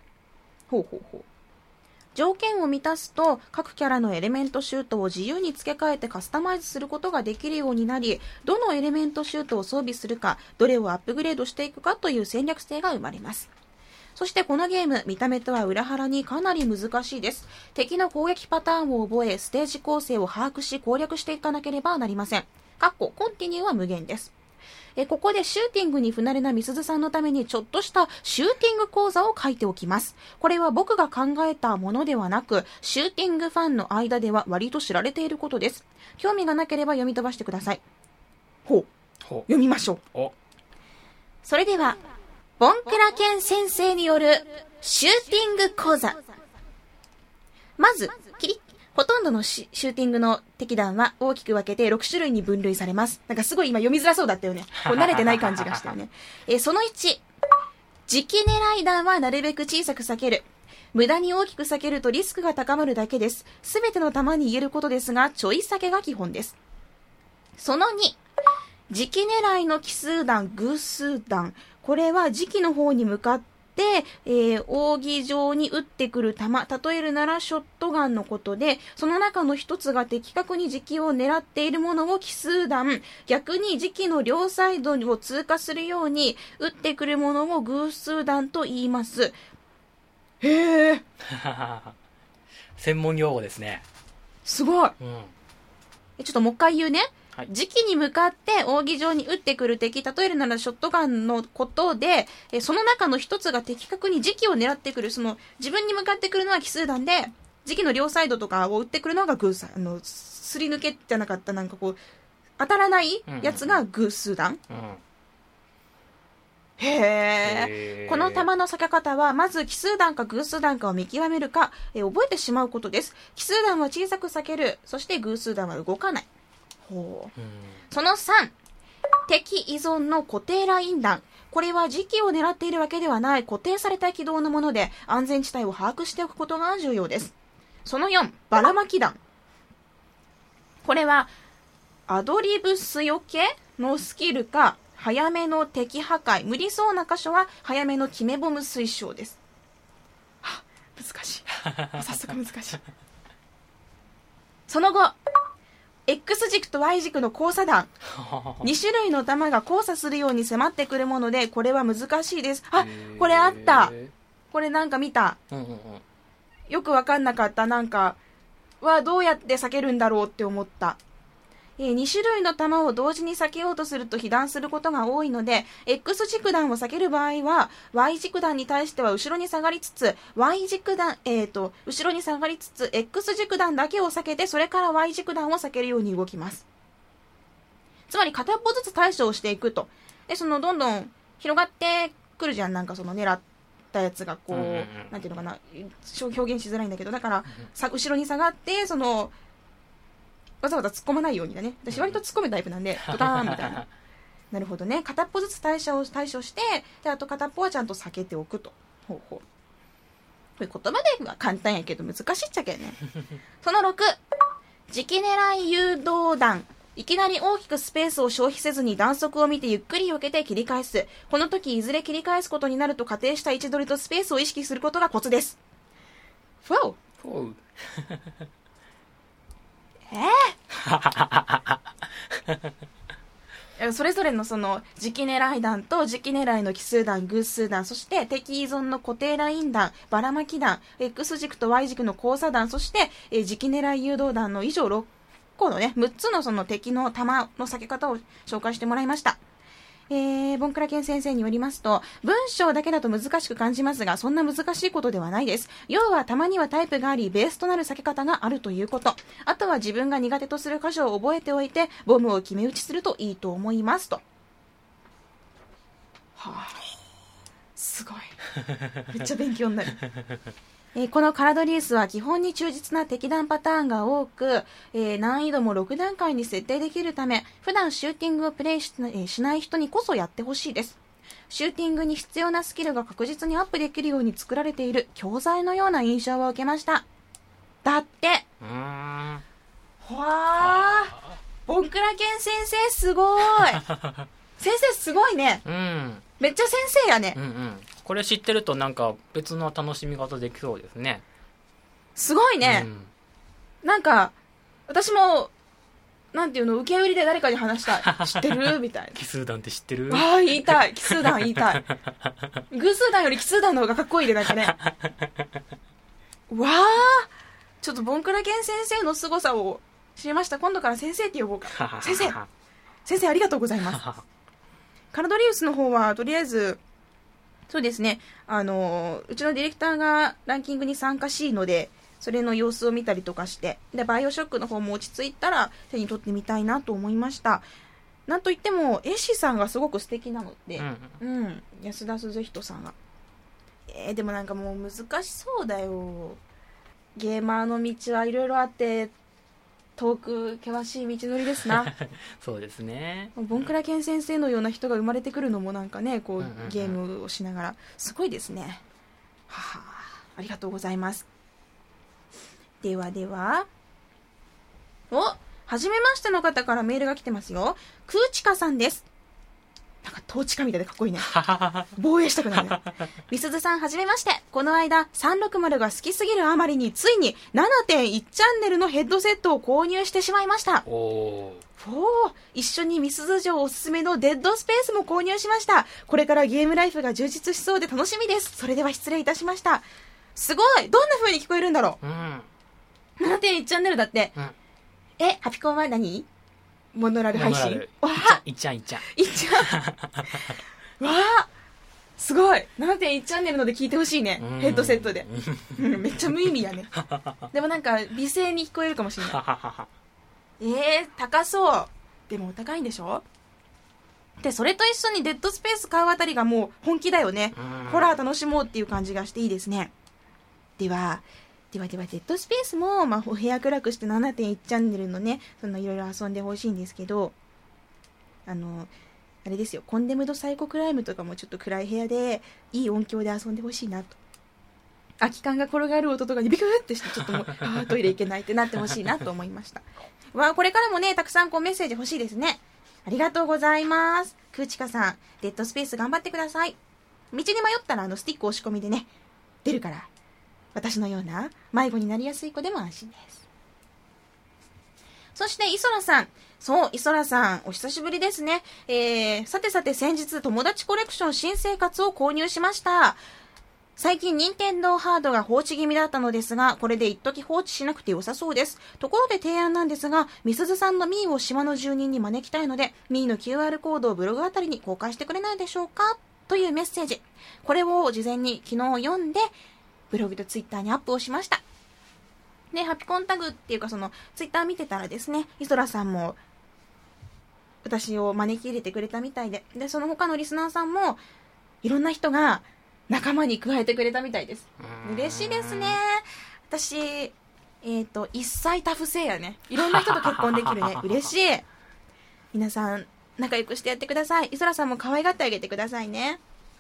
条件を満たすと各キャラのエレメントシュートを自由に付け替えてカスタマイズすることができるようになり、どのエレメントシュートを装備するか、どれをアップグレードしていくかという戦略性が生まれます。そしてこのゲーム、見た目とは裏腹にかなり難しいです。敵の攻撃パターンを覚え、ステージ構成を把握し攻略していかなければなりません。コンティニューは無限です。ここでシューティングに不慣れなみすずさんのためにちょっとしたシューティング講座を書いておきます。これは僕が考えたものではなく、シューティングファンの間では割と知られていることです。興味がなければ読み飛ばしてください。読みましょう。それでは、ボンクラケン先生によるシューティング講座。まず、ほとんどのシューティングの敵弾は大きく分けて6種類に分類されます。なんかすごい今読みづらそうだったよね。慣れてない感じがしたよね。その1、磁気狙い弾はなるべく小さく避ける。無駄に大きく避けるとリスクが高まるだけです。すべての弾に言えることですが、ちょい避けが基本です。その2、磁気狙いの奇数弾、偶数弾。これは磁気の方に向かって、扇状に撃ってくる弾、例えるならショットガンのことで、その中の一つが的確に磁気を狙っているものを奇数弾、逆に磁気の両サイドを通過するように撃ってくるものを偶数弾と言います。へー専門用語ですね。 すごい、ちょっともう一回言うね。磁気に向かって扇状に撃ってくる敵、例えるならショットガンのことで、その中の一つが的確に磁気を狙ってくる、その自分に向かってくるのは奇数弾で、磁気の両サイドとかを撃ってくるのが偶数、すり抜けじゃなかった、なんかこう当たらないやつが偶数弾。へー。この弾の避け方は、まず奇数弾か偶数弾かを見極めるか、覚えてしまうことです。奇数弾は小さく避ける、そして偶数弾は動かない。その3、敵依存の固定ライン弾。これは磁気を狙っているわけではない固定された軌道のもので、安全地帯を把握しておくことが重要です。その4、ばらまき弾。これはアドリブスよけのスキルか、早めの敵破壊、無理そうな箇所は早めの決めボム推奨です。難しい。早速難しい。その後、X 軸と Y 軸の交差弾。2種類の弾が交差するように迫ってくるもので、これは難しいです。これあった。これなんか見た。よくわかんなかった。なんか、どうやって避けるんだろうって思った。2種類の弾を同時に避けようとすると被弾することが多いので、X 軸弾を避ける場合は、Y 軸弾に対しては後ろに下がりつつ、後ろに下がりつつ、X 軸弾だけを避けて、それから Y 軸弾を避けるように動きます。つまり片っぽずつ対処をしていくと。で、どんどん広がってくるじゃん。なんか狙ったやつがこう、なんていうのかな、表現しづらいんだけど、だから、後ろに下がって、わざわざ突っ込まないようにだね。私割と突っ込むタイプなんで、ドカーンみたいな。なるほどね。片っぽずつ対処して、で、あと片っぽはちゃんと避けておくと。これ言葉では簡単やけど難しいっちゃけんね。その6、磁気狙い誘導弾。いきなり大きくスペースを消費せずに弾速を見てゆっくり避けて切り返す。この時いずれ切り返すことになると仮定した位置取りとスペースを意識することがコツです。それぞれの磁気狙い弾と磁気狙いの奇数弾、偶数弾、そして敵依存の固定ライン弾、ばらまき弾、X 軸と Y 軸の交差弾、そして磁気狙い誘導弾の以上6個のね、6つの敵の弾の避け方を紹介してもらいました。ボンクラケン先生によりますと、文章だけだと難しく感じますが、そんな難しいことではないです。要はたまにはタイプがあり、ベースとなる避け方があるということ。あとは自分が苦手とする箇所を覚えておいて、ボムを決め打ちするといいと思いますと。すごい。めっちゃ勉強になる。 このカラドリウスは基本に忠実な敵弾パターンが多く、難易度も6段階に設定できるため、普段シューティングをプレイ しない人にこそやってほしいです。シューティングに必要なスキルが確実にアップできるように作られている教材のような印象を受けました。だって。わー、ボンクラケン先生すごい。先生すごいね。めっちゃ先生やね。 これ知ってるとなんか別の楽しみ方できそうですね。 すごいね。なんか私もなんていうの、受け売りで誰かに話したい。知ってるみたいな。 奇数団って知ってる？ ああ、言いたい。奇数団言いたい。偶数団より奇数団の方がかっこいいで、なんかね。わあ、ちょっとボンクラケン先生の凄さを知りました。今度から先生って呼ぼうか。先生ありがとうございます。カラドリウスの方はとりあえずそうですね、うちのディレクターがランキングに参加しいので、それの様子を見たりとかして、でバイオショックの方も落ち着いたら手に取ってみたいなと思いました。なんといっても絵師さんがすごく素敵なので、安田鈴人さんがでもなんかもう難しそうだよ。ゲーマーの道はいろいろあって遠く険しい道のりですな。 そうですね。 ボンクラケン先生のような人が生まれてくるのもなんかね、こうゲームをしながらすごいですね。はあ、ありがとうございます。ではでは、はじめましての方からメールが来てますよ。クーチカさんです。なんかトーチカみたいでかっこいいね。防衛したくなるね。みすずさんはじめまして。この間360が好きすぎるあまりについに 7.1 チャンネルのヘッドセットを購入してしまいました。一緒にみすず城おすすめのデッドスペースも購入しました。これからゲームライフが充実しそうで楽しみです。それでは失礼いたしました。すごい、どんな風に聞こえるんだろう。7.1 チャンネルだって。ハピコンは何？モノラル配信。 いっちゃん。 わあ、すごい。7.1 チャンネルので聞いてほしいね。ヘッドセットで。めっちゃ無意味やね。でもなんか美声に聞こえるかもしれない。高そう。でもお高いんでしょ？で、それと一緒にデッドスペース買うあたりがもう本気だよね。ホラー楽しもうっていう感じがしていいですね。ではデッドスペースも、お部屋暗くして 7.1 チャンネルのね、そんないろいろ遊んでほしいんですけど、あれですよ、コンデムドサイコクライムとかもちょっと暗い部屋で、いい音響で遊んでほしいなと。空き缶が転がる音とかにビクッってして、ちょっともう、トイレ行けないってなってほしいなと思いました。これからもね、たくさんメッセージ欲しいですね。ありがとうございます。クーチカさん、デッドスペース頑張ってください。道に迷ったらスティック押し込みでね、出るから。私のような迷子になりやすい子でも安心です。そしてイソラさん、イソラさんお久しぶりですね。さて先日友達コレクション新生活を購入しました。最近任天堂ハードが放置気味だったのですが、これで一時放置しなくて良さそうです。ところで提案なんですが、みすずさんのミーを島の住人に招きたいので、ミーの QR コードをブログあたりに公開してくれないでしょうか、というメッセージ。これを事前に昨日読んでブログとツイッターにアップをしました。で、ハピコンタグっていうかツイッター見てたらですね、イソラさんも私を招き入れてくれたみたいで、その他のリスナーさんもいろんな人が仲間に加えてくれたみたいです。嬉しいですね。私一妻多夫制やね。いろんな人と結婚できるね。嬉しい。皆さん仲良くしてやってください。イソラさんも可愛がってあげてくださいね。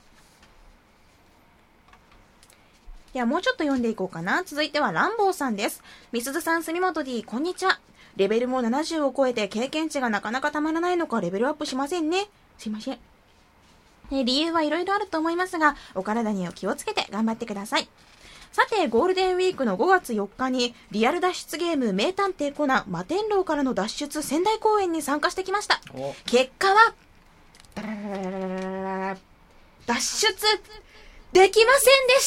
ではもうちょっと読んでいこうかな。続いてはランボーさんです。みすずさん、住本 D、こんにちは。レベルも70を超えて経験値がなかなかたまらないのかレベルアップしませんね。すいません。理由はいろいろあると思いますが、お体にお気をつけて頑張ってください。さて、ゴールデンウィークの5月4日にリアル脱出ゲーム名探偵コナン摩天楼からの脱出仙台公演に参加してきました。結果は脱出できませんでした。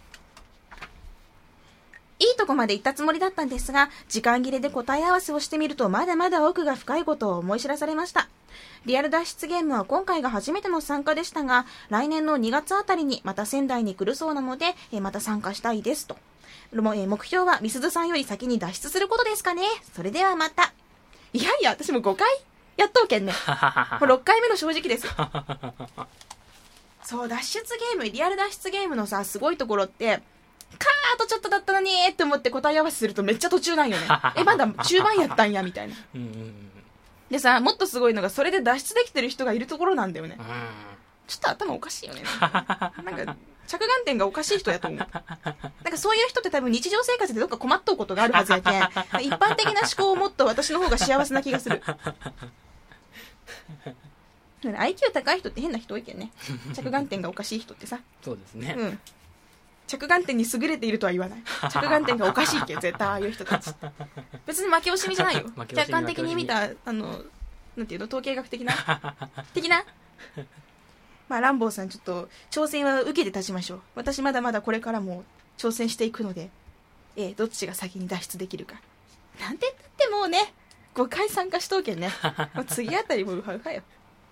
いいとこまで行ったつもりだったんですが、時間切れで答え合わせをしてみるとまだまだ奥が深いことを思い知らされました。リアル脱出ゲームは今回が初めての参加でしたが、来年の2月あたりにまた仙台に来るそうなので、また参加したいですと。目標はみすずさんより先に脱出することですかね。それではまた。いやいや、私も5回やっとうけんね。もう6回目の正直です。そう、脱出ゲーム、リアル脱出ゲームのすごいところって、 あとちょっとだったのにって思って答え合わせするとめっちゃ途中なんよね。まだ中盤やったんやみたいな。でさ、もっとすごいのがそれで脱出できてる人がいるところなんだよね。ちょっと頭おかしいよね。なんか着眼点がおかしい人やと思う。なんかそういう人って多分日常生活でどっか困っとうことがあるはずやけん、一般的な思考をもっと私の方が幸せな気がする。IQ 高い人って変な人多いけんね。着眼点がおかしい人ってさ。 そうですね。 着眼点に優れているとは言わない。着眼点がおかしいけん、絶対ああいう人たち。別に負け惜しみじゃないよ。客観的に見た、なんていうの、統計学的なまあ、ランボーさんちょっと挑戦は受けて立ちましょう。私まだまだこれからも挑戦していくので、どっちが先に脱出できるか。なんて言ったってもうね、5回参加しとうけんね。もう次あたりもウハウハよ。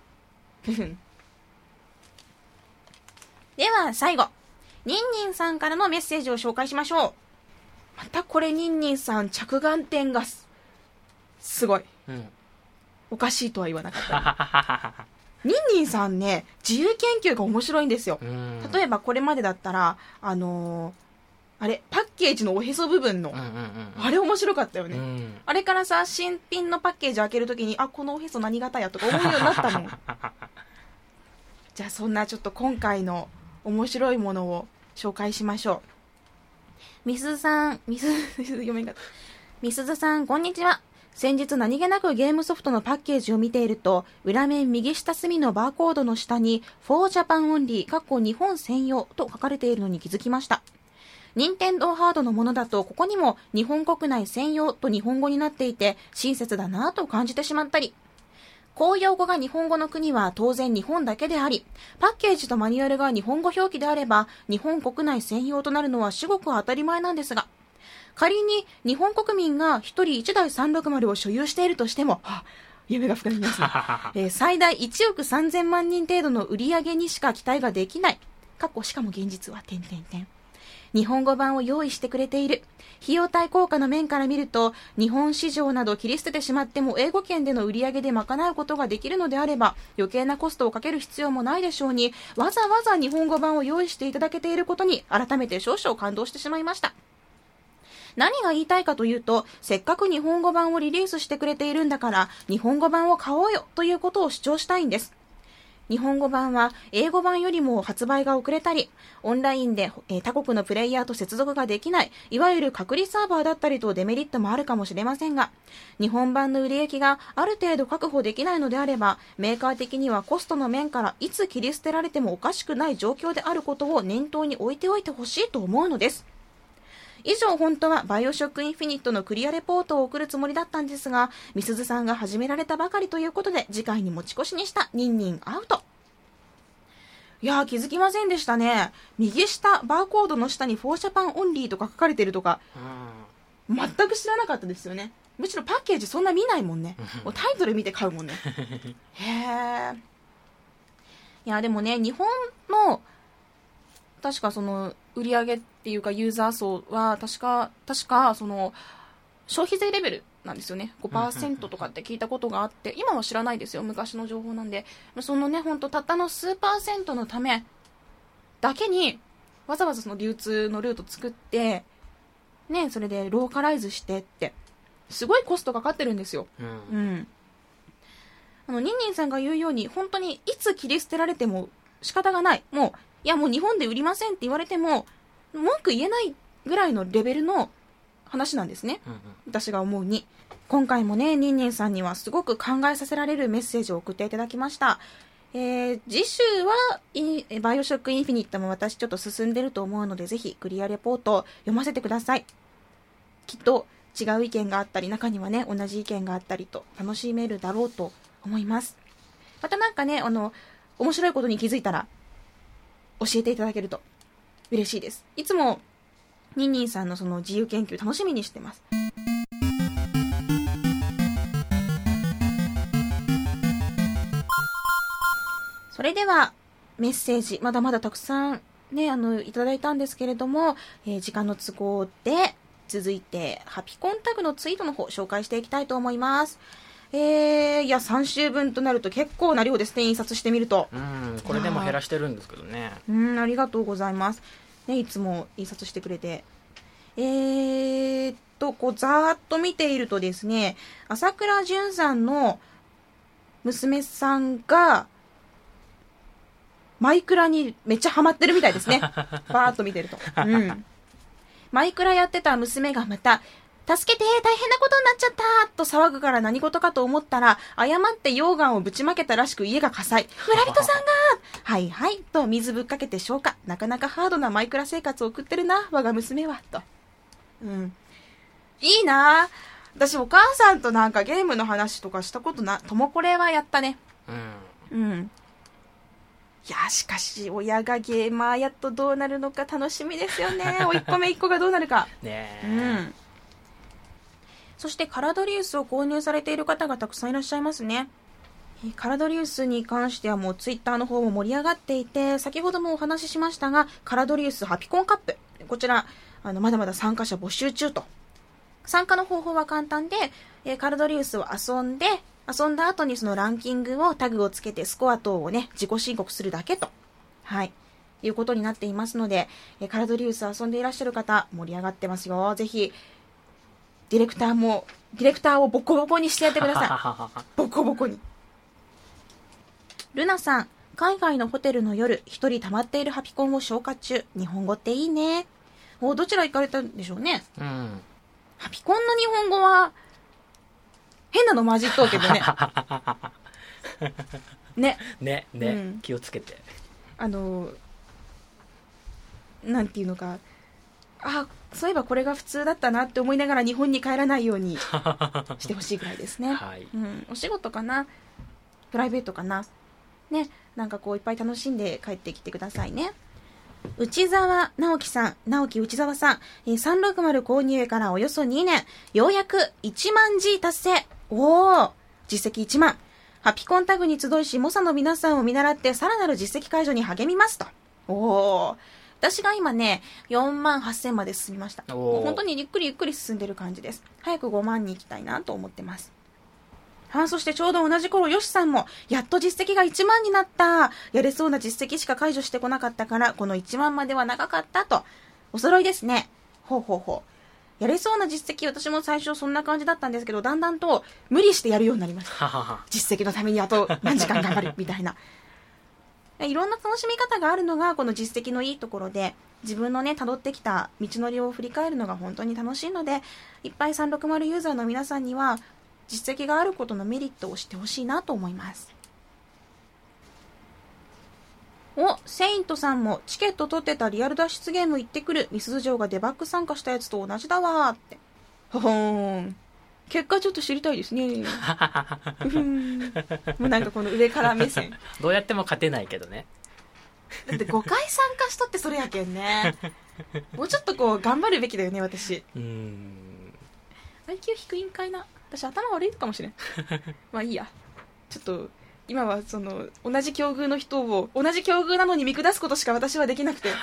では最後、ニンニンさんからのメッセージを紹介しましょう。またこれニンニンさん着眼点がすごい、おかしいとは言わなかったニンニンさんね、自由研究が面白いんですよ。例えばこれまでだったらあれパッケージのおへそ部分の、あれ面白かったよね。あれからさ、新品のパッケージ開けるときに、このおへそ何型やとか思うようになったもん。じゃあそんなちょっと今回の面白いものを紹介しましょう。みすずさん、みすずさん、こんにちは。先日何気なくゲームソフトのパッケージを見ていると、裏面右下隅のバーコードの下に For Japan Only 日本専用と書かれているのに気づきました。任天堂ハードのものだとここにも日本国内専用と日本語になっていて親切だなぁと感じてしまったり、公用語が日本語の国は当然日本だけであり、パッケージとマニュアルが日本語表記であれば日本国内専用となるのは至極当たり前なんですが、仮に日本国民が1人1台360を所有しているとしても、夢が膨らみますね。最大1億3000万人程度の売り上げにしか期待ができない。しかも現実は日本語版を用意してくれている。費用対効果の面から見ると、日本市場など切り捨ててしまっても英語圏での売り上げで賄うことができるのであれば、余計なコストをかける必要もないでしょうに、わざわざ日本語版を用意していただけていることに改めて少々感動してしまいました。何が言いたいかというと、せっかく日本語版をリリースしてくれているんだから日本語版を買おうよということを主張したいんです。日本語版は英語版よりも発売が遅れたり、オンラインで他国のプレイヤーと接続ができない、いわゆる隔離サーバーだったりとデメリットもあるかもしれませんが、日本版の売り上げがある程度確保できないのであれば、メーカー的にはコストの面からいつ切り捨てられてもおかしくない状況であることを念頭に置いておいてほしいと思うのです。以上、本当はバイオショックインフィニットのクリアレポートを送るつもりだったんですが、みすずさんが始められたばかりということで次回に持ち越しにしたニンニンアウト。いやー、気づきませんでしたね。右下バーコードの下にFor Japan Onlyとか書かれてるとか、全く知らなかったですよね。むしろパッケージそんな見ないもんね。もうタイトル見て買うもんね。へー。いやでもね、日本の確かその売り上げっていうかユーザー層は確かその消費税レベルなんですよね。 5% とかって聞いたことがあって、今は知らないですよ、昔の情報なんで。そのね、ほんとたったの数%のためだけにわざわざその流通のルート作ってね、それでローカライズしてってすごいコストかかってるんですよ。ニンニンさんが言うように本当にいつ切り捨てられても仕方がない、もう日本で売りませんって言われても文句言えないぐらいのレベルの話なんですね。私が思うに。今回もね、ニンニンさんにはすごく考えさせられるメッセージを送っていただきました。次週はバイオショックインフィニットも私ちょっと進んでると思うので、ぜひクリアレポートを読ませてください。きっと違う意見があったり、中にはね同じ意見があったりと楽しめるだろうと思います。またなんかね、面白いことに気づいたら教えていただけると嬉しいです。いつもニンニンさんのその自由研究楽しみにしてます。それではメッセージまだまだたくさんねいただいたんですけれども、時間の都合で続いてハピコンタグのツイートの方紹介していきたいと思います。いや3週分となると結構な量ですね。印刷してみるとこれでも減らしてるんですけどね。 ありがとうございます、ね、いつも印刷してくれてこうざーっと見ているとですね、朝倉純さんの娘さんがマイクラにめっちゃハマってるみたいですね。バーっと見てると。マイクラやってた娘がまた、助けて大変なことになっちゃったと騒ぐから何事かと思ったら、誤って溶岩をぶちまけたらしく家が火災。村人さんがはいはいと水ぶっかけて消火。なかなかハードなマイクラ生活を送ってるな、我が娘は。と。いいな。私お母さんとなんかゲームの話とかしたことな、ともこれはやったね。いや、しかし親がゲーマーやっとどうなるのか楽しみですよね。おいっ子めいっ子がどうなるか。ね。そしてカラドリウスを購入されている方がたくさんいらっしゃいますね。カラドリウスに関してはもうツイッターの方も盛り上がっていて、先ほどもお話ししましたが、カラドリウスハピコンカップ、こちらまだまだ参加者募集中と。参加の方法は簡単で、カラドリウスを遊んだ後にそのランキングをタグをつけてスコア等をね自己申告するだけと、いうことになっていますので、カラドリウス遊んでいらっしゃる方盛り上がってますよ。ぜひディレクターをボコボコにしてやってください。ボコボコに。ルナさん、海外のホテルの夜一人溜まっているハピコンを消化中。日本語っていいね。どちら行かれたんでしょうね。ハピコンの日本語は変なの混じっとうけどね。ね、 気をつけて。 なんていうのか、そういえばこれが普通だったなって思いながら日本に帰らないようにしてほしいぐらいですね。お仕事かな、プライベートかな、ね、なんかこういっぱい楽しんで帰ってきてくださいね。内澤直樹さん、内澤さん、360購入からおよそ2年、ようやく1万 G 達成。実績1万。ハピコンタグに集いし、猛者の皆さんを見習ってさらなる実績解除に励みますと。私が今ね、4万8000まで進みました。本当にゆっくり進んでる感じです。早く5万に行きたいなと思ってます。そしてちょうど同じ頃、ヨシさんも、やっと実績が1万になった。やれそうな実績しか解除してこなかったから、この1万までは長かったと。お揃いですね。やれそうな実績、私も最初そんな感じだったんですけど、だんだんと無理してやるようになりました。実績のためにあと何時間頑張るみたいな。いろんな楽しみ方があるのがこの実績のいいところで、自分のね辿ってきた道のりを振り返るのが本当に楽しいので、いっぱい360ユーザーの皆さんには実績があることのメリットを知ってほしいなと思います。セイントさんもチケット取ってたリアル脱出ゲーム行ってくる、ミスズ嬢がデバッグ参加したやつと同じだわーって。結果ちょっと知りたいですね。もうなんかこの上から目線。 どうやっても勝てないけどね。 だって5回参加しとってそれやけんね。もうちょっとこう頑張るべきだよね、私。IQ 低いんかいな。私頭悪いかもしれん。まあいいや。ちょっと今はその同じ境遇の人を同じ境遇なのに見下すことしか私はできなくて、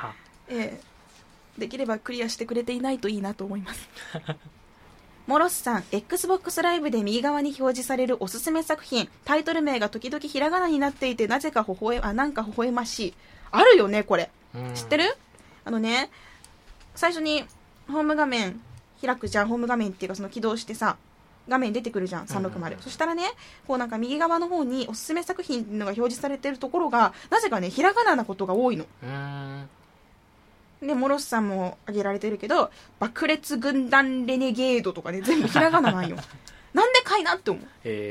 できればクリアしてくれていないといいなと思います。モロスさん、 Xbox ライブで右側に表示されるおすすめ作品、タイトル名が時々ひらがなになっていて、なぜかなんか微笑ましい。あるよねこれ。知ってる？最初にホーム画面開くじゃん。ホーム画面っていうかその起動してさ、画面出てくるじゃん、360。そしたらね、こうなんか右側の方におすすめ作品っていうのが表示されてるところがなぜかねひらがななことが多いの。でモロスさんも挙げられてるけど、爆裂軍団レネゲードとかね全部ひらがななんよ。なんでかいなって思う。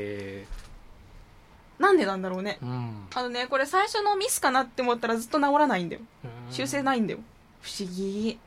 なんでなんだろうね。これ最初のミスかなって思ったらずっと治らないんだよ。修正ないんだよ。不思議。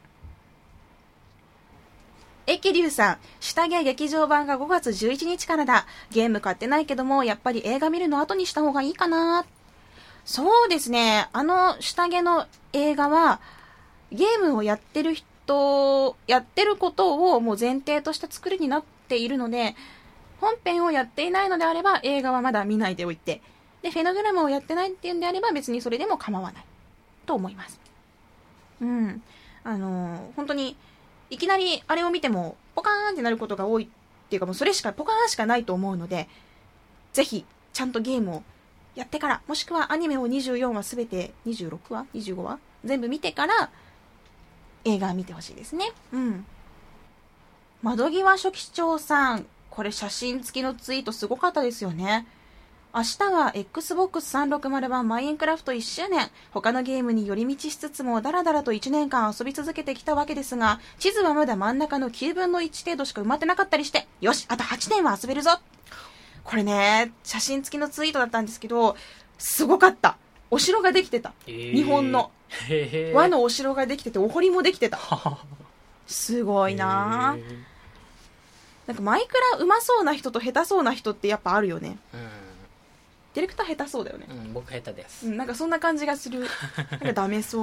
エキリュウさん、下着劇場版が5月11日からだ。ゲーム買ってないけどもやっぱり映画見るの後にした方がいいかな。そうですね、下着の映画はゲームをやってることをもう前提とした作りになっているので、本編をやっていないのであれば映画はまだ見ないでおいて、でフェノグラムをやってないっていうんであれば別にそれでも構わないと思います。本当にいきなりあれを見てもポカーンってなることが多いっていうか、もうそれしかポカーンしかないと思うので、ぜひちゃんとゲームをやってから、もしくはアニメを24話すべて、26話25話全部見てから映画見てほしいですね。うん。窓際初期長さん、これ写真付きのツイートすごかったですよね。明日は Xbox 360版マインクラフト1周年。他のゲームに寄り道しつつもダラダラと1年間遊び続けてきたわけですが、地図はまだ真ん中の9分の1程度しか埋まってなかったりして、よし、あと8年は遊べるぞ。これね、写真付きのツイートだったんですけど、すごかった。お城ができてた。日本の。和のお城ができてて、お堀もできてた。すごいなぁ。なんかマイクラ上手そうな人と下手そうな人ってやっぱあるよね。ディレクター下手そうだよね。 僕下手です。 なんかそんな感じがする。なんかダメそう。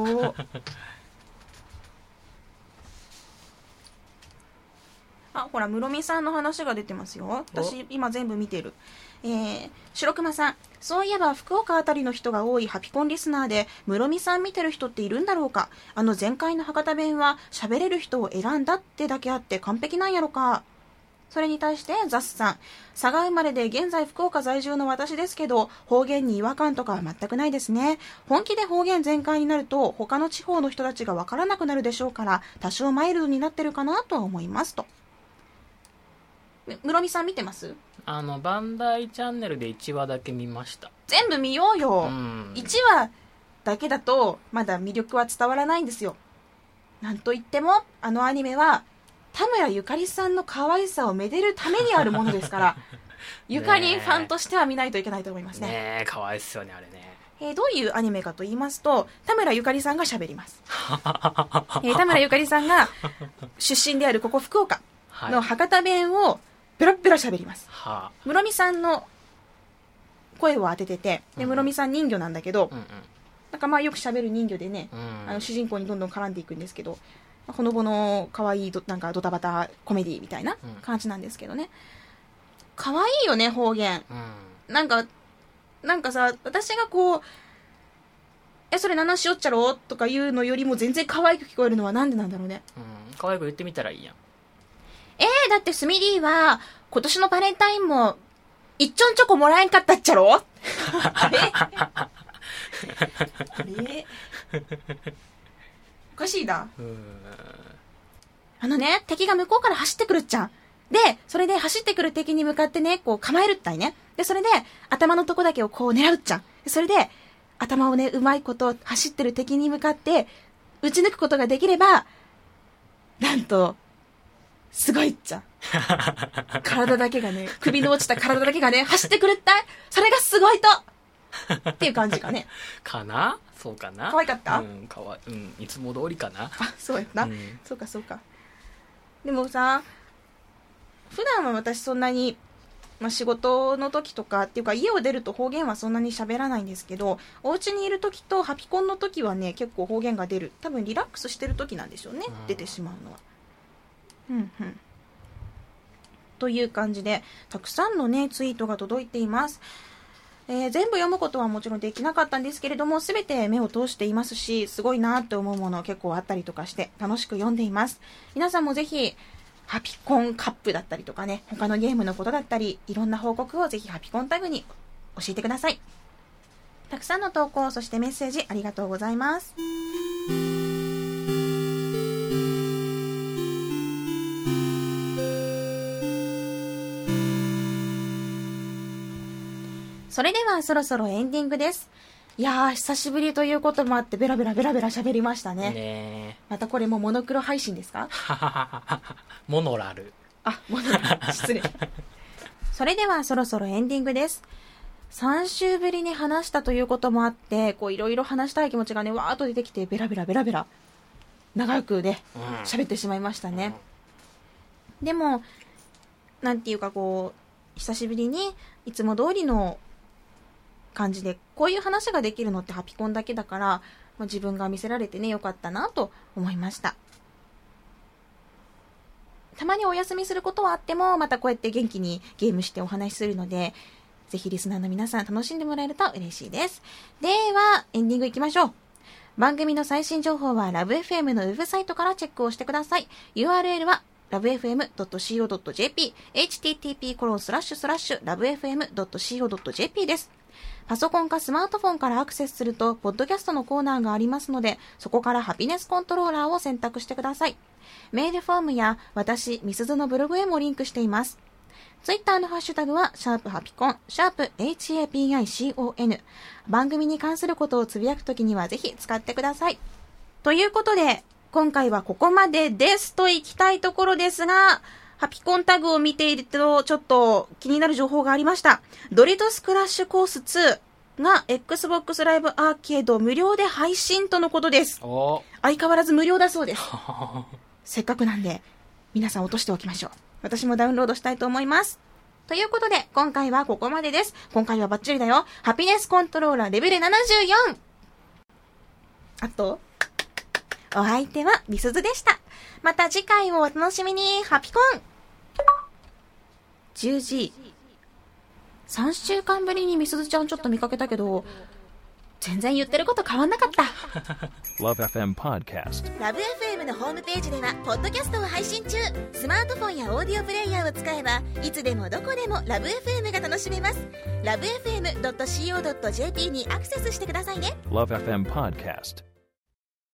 あ、ほら、室見さんの話が出てますよ。私、今全部見てる。白熊さん、そういえば福岡あたりの人が多いハピコンリスナーで、室見さん見てる人っているんだろうか。前回の博多弁は喋れる人を選んだってだけあって完璧なんやろか。それに対してザスさん、佐賀生まれで現在福岡在住の私ですけど、方言に違和感とかは全くないですね。本気で方言全開になると他の地方の人たちがわからなくなるでしょうから、多少マイルドになってるかなとは思いますと。室見さん見てます？ バンダイチャンネルで1話だけ見ました。 全部見ようよ。1話だけだとまだ魅力は伝わらないんですよ。なんといってもアニメは田村ゆかりさんの可愛さをめでるためにあるものですからゆかりファンとしては見ないといけないと思いますね。 ねえ、可愛いっすよね、あれね。 どういうアニメかと言いますと、田村ゆかりさんが喋ります。田村ゆかりさんが出身であるここ福岡の博多弁をベラベラ喋ります。室見さんの声を当ててて、で室見さん人魚なんだけど、なんかまあよく喋る人魚でね、主人公にどんどん絡んでいくんですけど、ほのぼの可愛いなんかドタバタコメディみたいな感じなんですけどね。可愛いよね、方言。なんかさ、私がこう、それ何しよっちゃろとか言うのよりも全然可愛く聞こえるのはなんでなんだろうね。 可愛く言ってみたらいいやん。 だってスミリーは今年のバレンタインも一丁チョコもらえんかったっちゃろあれおかしいな。敵が向こうから走ってくるっちゃん。で、それで走ってくる敵に向かってね、こう構えるったいね。で、それで頭のとこだけをこう狙うっちゃん。それで頭をね、うまいこと走ってる敵に向かって撃ち抜くことができれば、なんと、すごいっちゃん。体だけがね、首の落ちた体だけがね、走ってくるったい。それがすごいとっていう感じかね。 かな？そうかな。 可愛かった？ いつも通りかな。 そうやな。そうかそうか。でもさ、普段は私そんなに、仕事の時とかっていうか家を出ると方言はそんなに喋らないんですけど、お家にいる時とハピコンの時はね、結構方言が出る。多分リラックスしてる時なんでしょうね。出てしまうのは。という感じでたくさんのねツイートが届いています。全部読むことはもちろんできなかったんですけれども、すべて目を通していますし、すごいなって思うもの結構あったりとかして楽しく読んでいます。皆さんもぜひハピコンカップだったりとかね、他のゲームのことだったり、いろんな報告をぜひハピコンタグに教えてください。たくさんの投稿、そしてメッセージありがとうございます。それではそろそろエンディングです。いやー、久しぶりということもあってベラベラ喋りましたね。またこれもモノクロ配信ですか？ モノラル。 モノラル。失礼。それではそろそろエンディングです。3週ぶりに話したということもあって、こういろいろ話したい気持ちがね、わーっと出てきて、ベラベラ長くね、喋ってしまいましたね。でも、なんていうかこう、久しぶりにいつも通りの感じでこういう話ができるのってハピコンだけだから、自分が見せられてねよかったなと思いました。たまにお休みすることはあっても、またこうやって元気にゲームしてお話しするので、ぜひリスナーの皆さん楽しんでもらえると嬉しいです。ではエンディングいきましょう。番組の最新情報はラブ FM のウェブサイトからチェックをしてください。 URL はlovefm.co.jp http://lovefm.co.jp です。 パソコンかスマートフォンからアクセスすると、ポッドキャストのコーナーがありますので、そこからハピネスコントローラーを選択してください。メールフォームや私、みすずのブログへもリンクしています。ツイッターのハッシュタグは、シャープハピコン、シャープ HAPICON。番組に関することをつぶやくときにはぜひ使ってください。ということで、今回はここまでですと行きたいところですが、ハピコンタグを見ているとちょっと気になる情報がありました。ドリトスクラッシュコース2が Xbox ライブアーケード無料で配信とのことです。相変わらず無料だそうです。せっかくなんで皆さん落としておきましょう。私もダウンロードしたいと思います。ということで今回はここまでです。今回はバッチリだよ。ハピネスコントローラーレベル74。あとお相手はみすずでした。また次回をお楽しみに。ハピコン10時。3週間ぶりにみすずちゃんちょっと見かけたけど、全然言ってること変わんなかった。 LoveFM Podcast。 ラブ FM のホームページではポッドキャストを配信中。スマートフォンやオーディオプレイヤーを使えばいつでもどこでもラブ FM が楽しめます。LoveFM.co.jp にアクセスしてくださいね。 LoveFM Podcast。